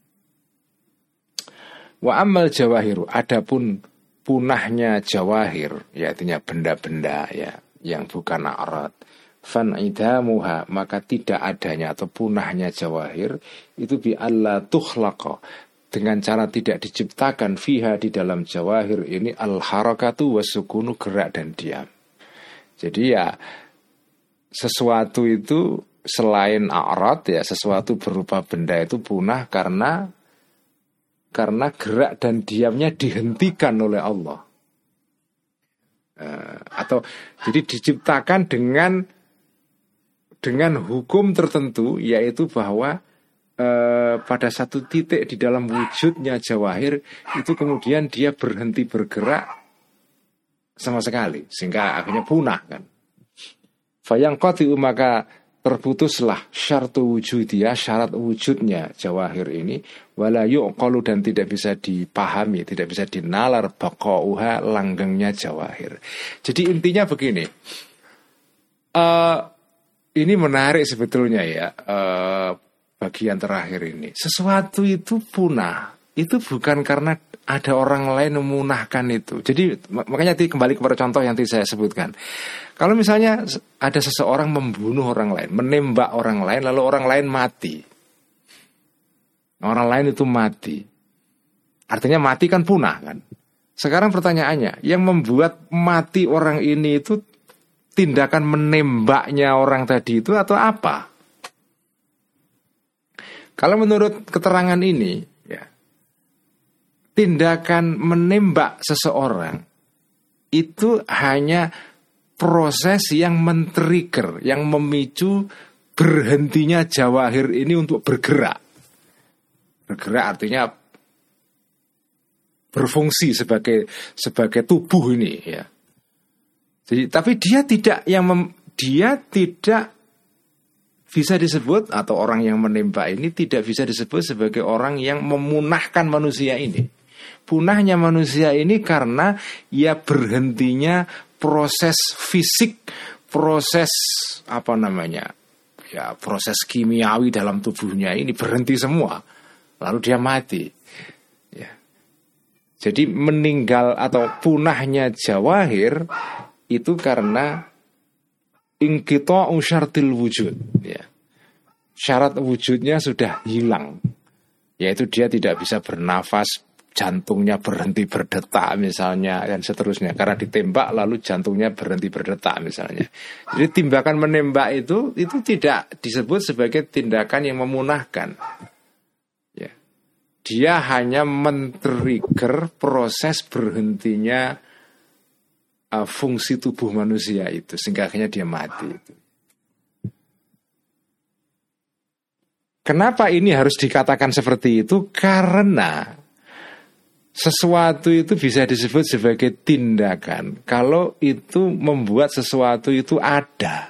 Wa amal jawahiru, adapun punahnya jawahir, ya artinya benda-benda ya, yang bukan a'rad. Fan'idamuha, maka tidak adanya atau punahnya jawahir itu bi alla tukhlaqa, dengan cara tidak diciptakan fiha, di dalam jawahir ini al harakatu wasukunu, gerak dan diam. Jadi ya sesuatu itu selain a'rad ya, sesuatu berupa benda itu punah karena gerak dan diamnya dihentikan oleh Allah. Atau jadi diciptakan dengan hukum tertentu, yaitu bahwa pada satu titik di dalam wujudnya jawahir itu kemudian dia berhenti bergerak sama sekali sehingga akhirnya punah kan. Fayangqati, maka terputuslah syartu wujudiyah, syarat wujudnya jawahir ini, wala yuqalu, dan tidak bisa dipahami, tidak bisa dinalar baqauha, langgengnya jawahir. Jadi intinya begini, ini menarik sebetulnya ya, bagian terakhir ini. Sesuatu itu punah, itu bukan karena ada orang lain memunahkan itu. Jadi makanya kembali kepada contoh yang tadi saya sebutkan. Kalau misalnya ada seseorang membunuh orang lain, menembak orang lain, lalu orang lain mati. Orang lain itu mati. Artinya mati kan punah kan. Sekarang pertanyaannya, yang membuat mati orang ini itu tindakan menembaknya orang tadi itu atau apa? Kalau menurut keterangan ini, ya, tindakan menembak seseorang itu hanya proses yang men-trigger, yang memicu berhentinya jawahir ini untuk bergerak. Bergerak artinya berfungsi sebagai tubuh ini, ya. Jadi, tapi dia tidak bisa disebut, atau orang yang menembak ini tidak bisa disebut sebagai orang yang memunahkan manusia ini. Punahnya manusia ini karena ya berhentinya proses fisik, proses proses kimiawi dalam tubuhnya ini berhenti semua, lalu dia mati. Ya. Jadi meninggal atau punahnya jawahir itu karena inqita'u syartil wujud, ya. Syarat wujudnya sudah hilang, yaitu dia tidak bisa bernafas, jantungnya berhenti berdetak misalnya, dan seterusnya. Karena ditembak lalu jantungnya berhenti berdetak misalnya. Jadi tindakan menembak itu tidak disebut sebagai tindakan yang memunahkan, ya. Dia hanya men-trigger proses berhentinya fungsi tubuh manusia itu, sehingga akhirnya dia mati itu. Kenapa ini harus dikatakan seperti itu? Karena sesuatu itu bisa disebut sebagai tindakan kalau itu membuat sesuatu itu ada.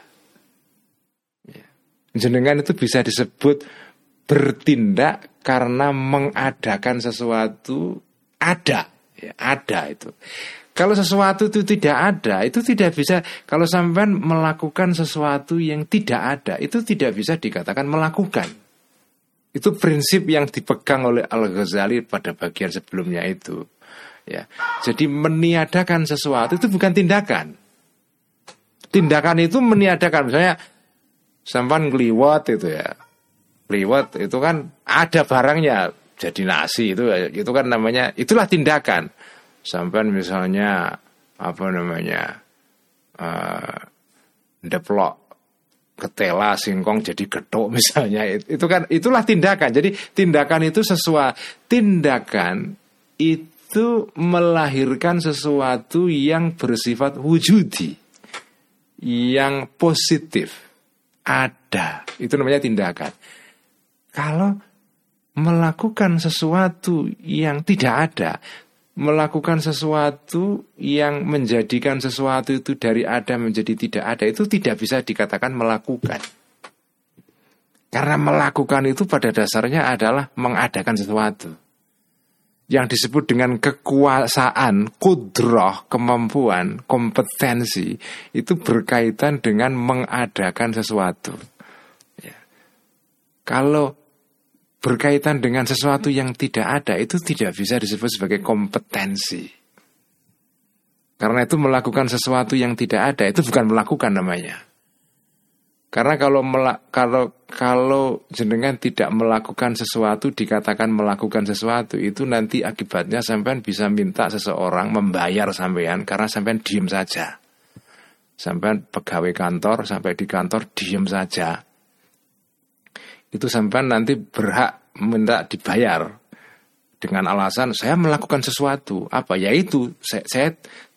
Jenengan itu bisa disebut bertindak karena mengadakan sesuatu ada, ya, ada itu. Kalau sesuatu itu tidak ada, itu tidak bisa. Kalau sampean melakukan sesuatu yang tidak ada, itu tidak bisa dikatakan melakukan. Itu prinsip yang dipegang oleh Al-Ghazali pada bagian sebelumnya itu. Ya, jadi meniadakan sesuatu itu bukan tindakan. Tindakan itu meniadakan. Misalnya sampean ngliwat itu ya, liwat itu kan ada barangnya, jadi nasi itu kan namanya, itulah tindakan. Sampai misalnya ndeplok ketela singkong jadi gethuk misalnya, itu kan itulah tindakan. Jadi tindakan itu tindakan itu melahirkan sesuatu yang bersifat wujudi, yang positif, ada. Itu namanya tindakan. Kalau melakukan sesuatu yang tidak ada, melakukan sesuatu yang menjadikan sesuatu itu dari ada menjadi tidak ada, itu tidak bisa dikatakan melakukan. Karena melakukan itu pada dasarnya adalah mengadakan sesuatu. Yang disebut dengan kekuasaan, kudrah, kemampuan, kompetensi, itu berkaitan dengan mengadakan sesuatu. Ya. Kalau berkaitan dengan sesuatu yang tidak ada, itu tidak bisa disebut sebagai kompetensi. Karena itu melakukan sesuatu yang tidak ada, itu bukan melakukan namanya. Karena kalau jenengan tidak melakukan sesuatu dikatakan melakukan sesuatu, itu nanti akibatnya sampean bisa minta seseorang membayar sampean karena sampean diem saja. Sampean pegawai kantor, sampai di kantor diem saja. Itu sampean nanti berhak minta dibayar dengan alasan saya melakukan sesuatu. Apa? Yaitu saya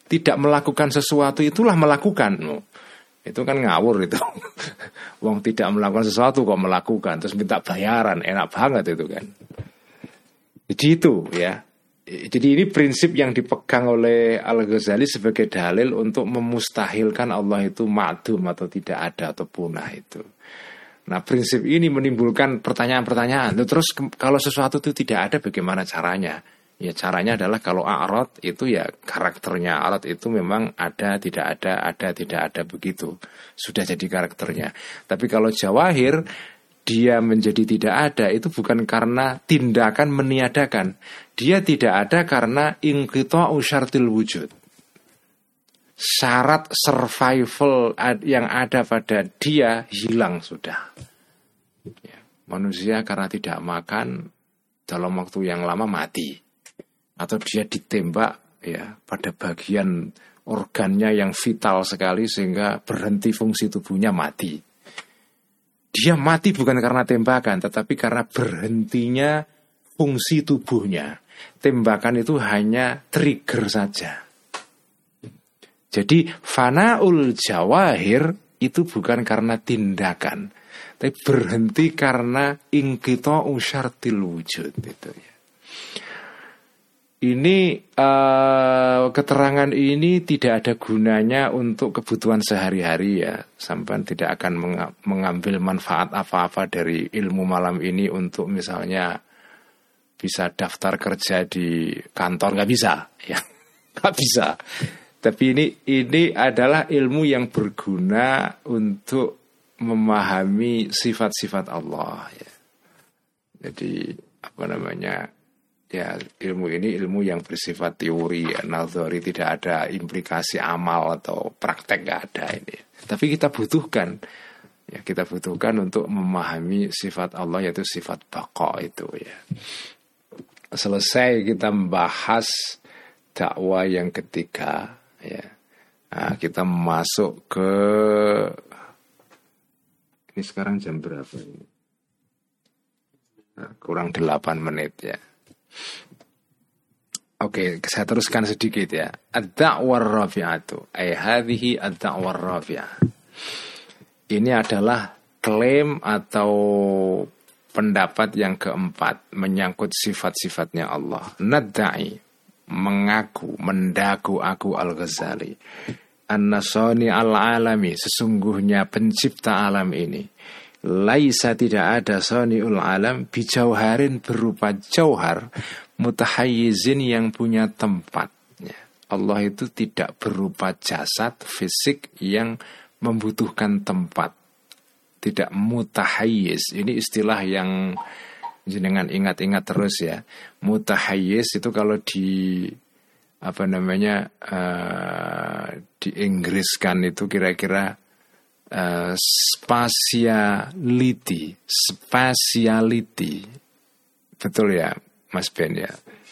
tidak melakukan sesuatu itulah melakukan. Itu kan ngawur itu. Wong tidak melakukan sesuatu kok melakukan, terus minta bayaran, enak banget itu kan. Jadi itu ya. Jadi ini prinsip yang dipegang oleh Al-Ghazali sebagai dalil untuk memustahilkan Allah itu ma'dum atau tidak ada atau punah itu. Nah prinsip ini menimbulkan pertanyaan-pertanyaan. Terus kalau sesuatu itu tidak ada bagaimana caranya? Ya caranya adalah kalau a'rad itu ya karakternya a'rad itu memang ada, tidak ada begitu. Sudah jadi karakternya. Tapi kalau jawahir dia menjadi tidak ada itu bukan karena tindakan meniadakan. Dia tidak ada karena inqita'u syartil wujud. Syarat survival yang ada pada dia hilang sudah. Ya, manusia karena tidak makan dalam waktu yang lama mati. Atau dia ditembak ya pada bagian organnya yang vital sekali sehingga berhenti fungsi tubuhnya mati. Dia mati bukan karena tembakan, tetapi karena berhentinya fungsi tubuhnya. Tembakan itu hanya trigger saja. Jadi fanaul jawahir itu bukan karena tindakan, tapi berhenti karena inqita'u syartil wujud itu ya. Ini keterangan ini tidak ada gunanya untuk kebutuhan sehari-hari ya. Sampai tidak akan mengambil manfaat apa-apa dari ilmu malam ini untuk misalnya bisa daftar kerja di kantor, nggak bisa ya, nggak bisa. Tapi ini adalah ilmu yang berguna untuk memahami sifat-sifat Allah ya. Jadi apa namanya? Ya ilmu ini ilmu yang bersifat teori ya, nazari, tidak ada implikasi amal atau praktek, nggak ada ini. Tapi kita butuhkan ya, kita butuhkan untuk memahami sifat Allah yaitu sifat baqa itu ya. Selesai kita membahas dakwah yang ketiga ya. Nah, kita masuk ke ini sekarang jam berapa ini? Nah, kurang 8 menit ya. Oke, saya teruskan sedikit ya. Ad-da'war rafi'atu, ay hadhihi ad-da'war rafi'ah. Ini adalah klaim atau pendapat yang keempat menyangkut sifat-sifatnya Allah. Nadda'i, mengaku, mendaku aku Al-Ghazali. An-nasani al-alami, sesungguhnya pencipta alam ini. Laisa tidak ada sani'ul alam bijauharin berupa jauhar mutahayyizin yang punya tempat. Allah itu tidak berupa jasad fisik yang membutuhkan tempat. Tidak mutahayyiz. Ini istilah yang jenengan ingat-ingat terus ya. Mutahayyiz itu kalau di apa namanya di Inggriskan itu kira-kira spatiality, betul ya Mas Ben ya,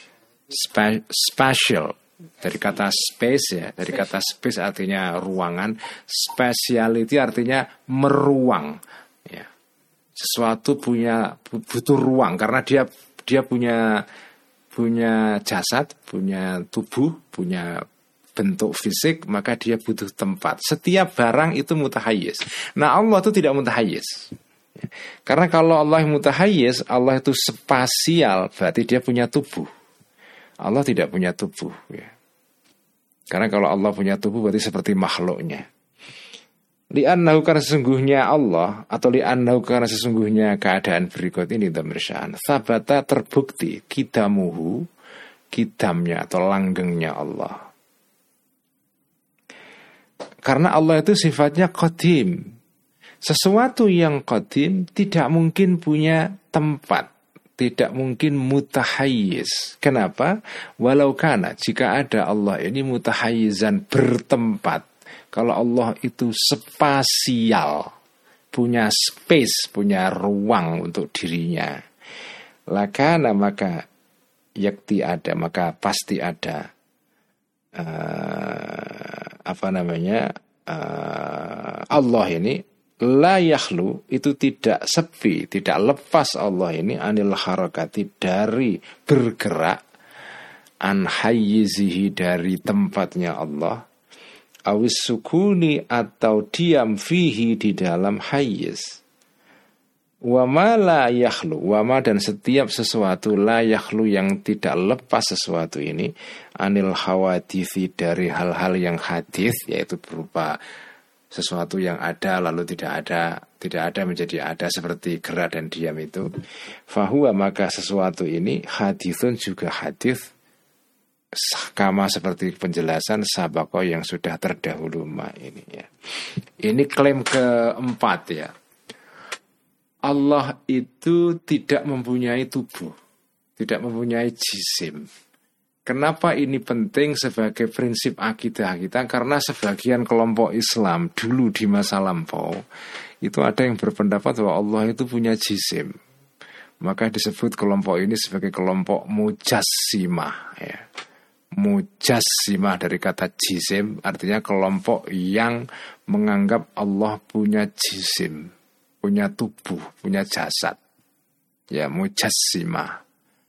spatial dari kata space ya, dari kata space artinya ruangan, spatiality artinya meruang ya. Sesuatu butuh ruang karena dia punya jasad, punya tubuh, punya bentuk fisik, maka dia butuh tempat. Setiap barang itu mutahayyiz. Nah Allah itu tidak mutahayyiz. Karena kalau Allah mutahayyiz, Allah itu spasial, berarti dia punya tubuh. Allah tidak punya tubuh ya. Karena kalau Allah punya tubuh berarti seperti makhluknya. Li'annahu karena sesungguhnya Allah, atau li'annahu karena sesungguhnya keadaan berikut ini damirsyan. Sabata terbukti kidamuhu, kidamnya atau langgengnya Allah. Karena Allah itu sifatnya qadim. Sesuatu yang qadim tidak mungkin punya tempat, tidak mungkin mutahayyiz. Kenapa? Walau kana, jika ada Allah ini mutahayyizan, bertempat. Kalau Allah itu spasial, punya space, punya ruang untuk dirinya. Lakana, maka yakti ada, maka pasti ada Allah ini la yakhlu, itu tidak sepi, tidak lepas Allah ini anil harakati, dari bergerak, an hayyizihi dari tempatnya Allah, awis sukuni atau diam fihi di dalam hayyiz. Wama la yakhlu, wama dan setiap sesuatu la yakhlu yang tidak lepas sesuatu ini anil hawadithi dari hal-hal yang hadis, yaitu berupa sesuatu yang ada lalu tidak ada menjadi ada seperti gerak dan diam itu. Fahuwa maka sesuatu ini hadithun juga hadis kama seperti penjelasan sabako yang sudah terdahulu ini ya. Ini klaim keempat ya. Allah itu tidak mempunyai tubuh, tidak mempunyai jisim. Kenapa ini penting sebagai prinsip akidah kita? Karena sebagian kelompok Islam dulu di masa lampau itu ada yang berpendapat bahwa Allah itu punya jisim. Maka disebut kelompok ini sebagai kelompok mujassimah ya. Mujassimah dari kata jisim artinya kelompok yang menganggap Allah punya jisim, punya tubuh, punya jasad. Ya, mujassimah.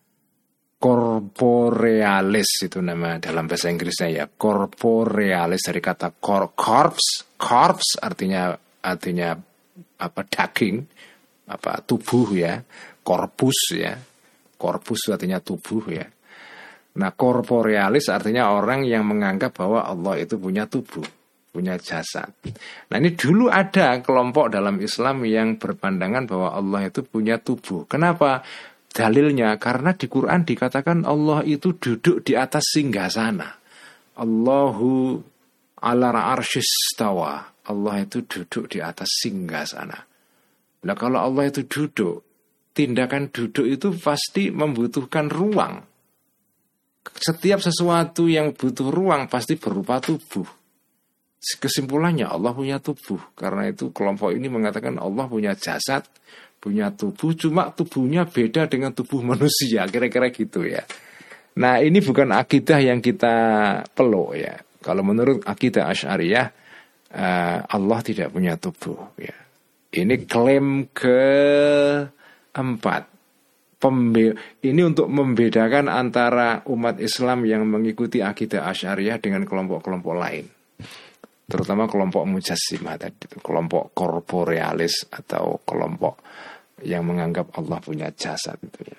Corporealis itu nama dalam bahasa Inggrisnya ya. Corporealis dari kata corpse artinya apa, daging, apa, tubuh ya. Corpus ya. Corpus artinya tubuh ya. Nah, corporealis artinya orang yang menganggap bahwa Allah itu punya tubuh, punya jasad. Nah, ini dulu ada kelompok dalam Islam yang berpandangan bahwa Allah itu punya tubuh. Kenapa? Dalilnya karena di Quran dikatakan Allah itu duduk di atas singgasana. Allahu ala arsyis stawa. Allah itu duduk di atas singgasana. Nah, kalau Allah itu duduk, tindakan duduk itu pasti membutuhkan ruang. Setiap sesuatu yang butuh ruang pasti berupa tubuh. Kesimpulannya Allah punya tubuh. Karena itu kelompok ini mengatakan Allah punya jasad, punya tubuh, cuma tubuhnya beda dengan tubuh manusia, kira-kira gitu ya. Nah, ini bukan akidah yang kita peluk ya. Kalau menurut akidah Asy'ariyah, Allah tidak punya tubuh ya. Ini klaim keempat. Ini untuk membedakan antara umat Islam yang mengikuti akidah Asy'ariyah dengan kelompok-kelompok lain. Terutama kelompok mujassimah tadi, kelompok korporealis atau kelompok yang menganggap Allah punya jasad itu ya.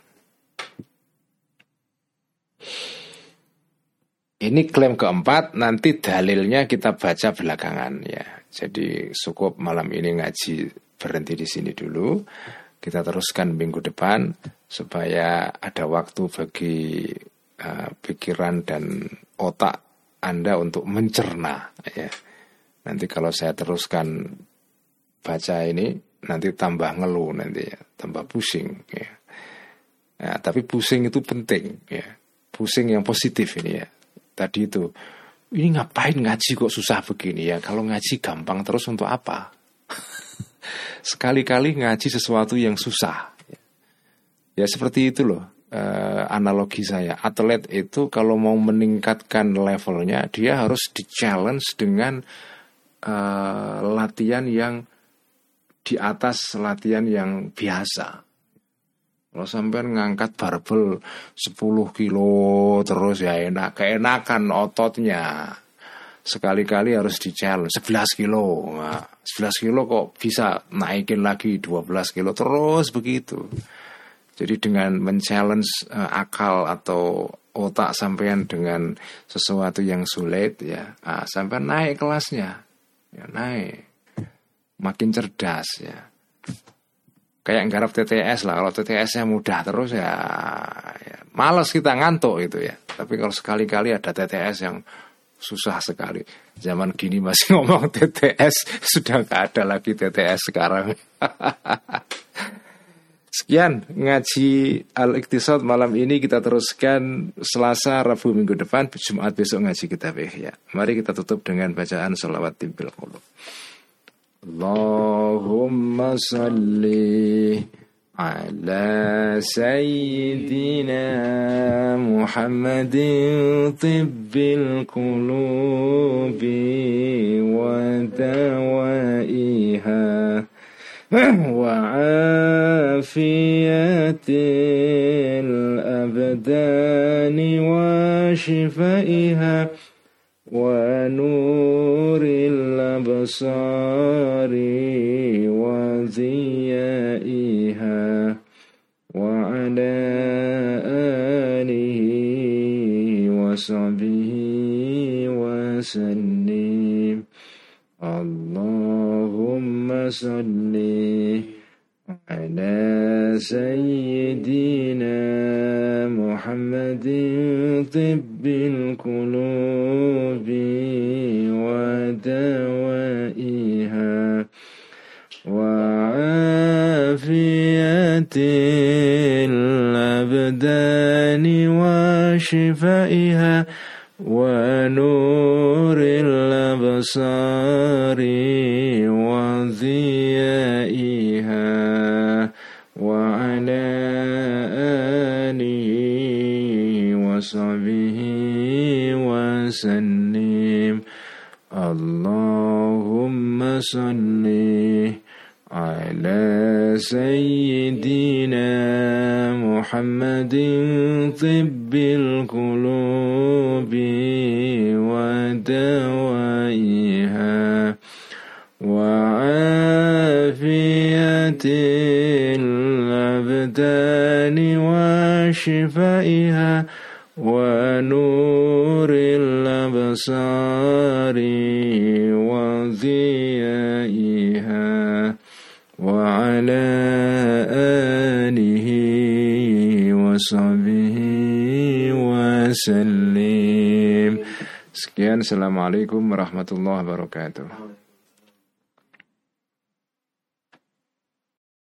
Ini klaim keempat, nanti dalilnya kita baca belakangan ya. Jadi cukup malam ini ngaji berhenti di sini dulu. Kita teruskan minggu depan supaya ada waktu bagi pikiran dan otak Anda untuk mencerna ya. Nanti kalau saya teruskan baca ini nanti tambah ngeluh nanti ya, tambah pusing ya. Nah, tapi pusing itu penting ya. Pusing yang positif ini ya. Tadi itu ini ngapain ngaji kok susah begini ya? Kalau ngaji gampang terus untuk apa? Sekali-kali ngaji sesuatu yang susah. Ya seperti itu loh analogi saya. Atlet itu kalau mau meningkatkan levelnya dia harus di-challenge dengan latihan yang di atas latihan yang biasa. Kalau sampai ngangkat barbel 10 kilo terus ya enak, keenakan ototnya. Sekali-kali harus di-challenge 11 kilo. Nah, 11 kilo kok bisa naikin lagi 12 kilo terus begitu. Jadi dengan men-challenge akal atau otak sampean dengan sesuatu yang sulit ya, sampean naik kelasnya. Ya naik. Makin cerdas ya. Kayak nggarap TTS lah. Kalau TTS-nya mudah terus ya malas kita ngantuk itu ya. Tapi kalau sekali-kali ada TTS yang susah sekali. Zaman gini masih ngomong TTS, sudah gak ada lagi TTS sekarang. Sekian ngaji Al-Iqtisad malam ini, kita teruskan Selasa, Rabu minggu depan, Jumat besok ngaji kitab Ihya. Mari kita tutup dengan bacaan sholawat timbil qulub. Allahumma salli ala sayyidina Muhammadin tibbil qulubi wa dawaiha وعافية الأبدان وشفائها ونور الأبصار وضيائها وعلى آله وصحبه وسلم. اللهم صل على سيدنا محمد طب القلوب ودوائها وعافية الأبدان وشفائها ونور الأبصار وضيائها وعلى آله وصحبه وسلم. اللهم صل على سيدنا محمد طب القلوب ودوائها وعافية الأبدان وشفائها ونور الأبصار وضيائها وعلى آله وصحبه وسلم. Sekian, assalamualaikum warahmatullahi wabarakatuh.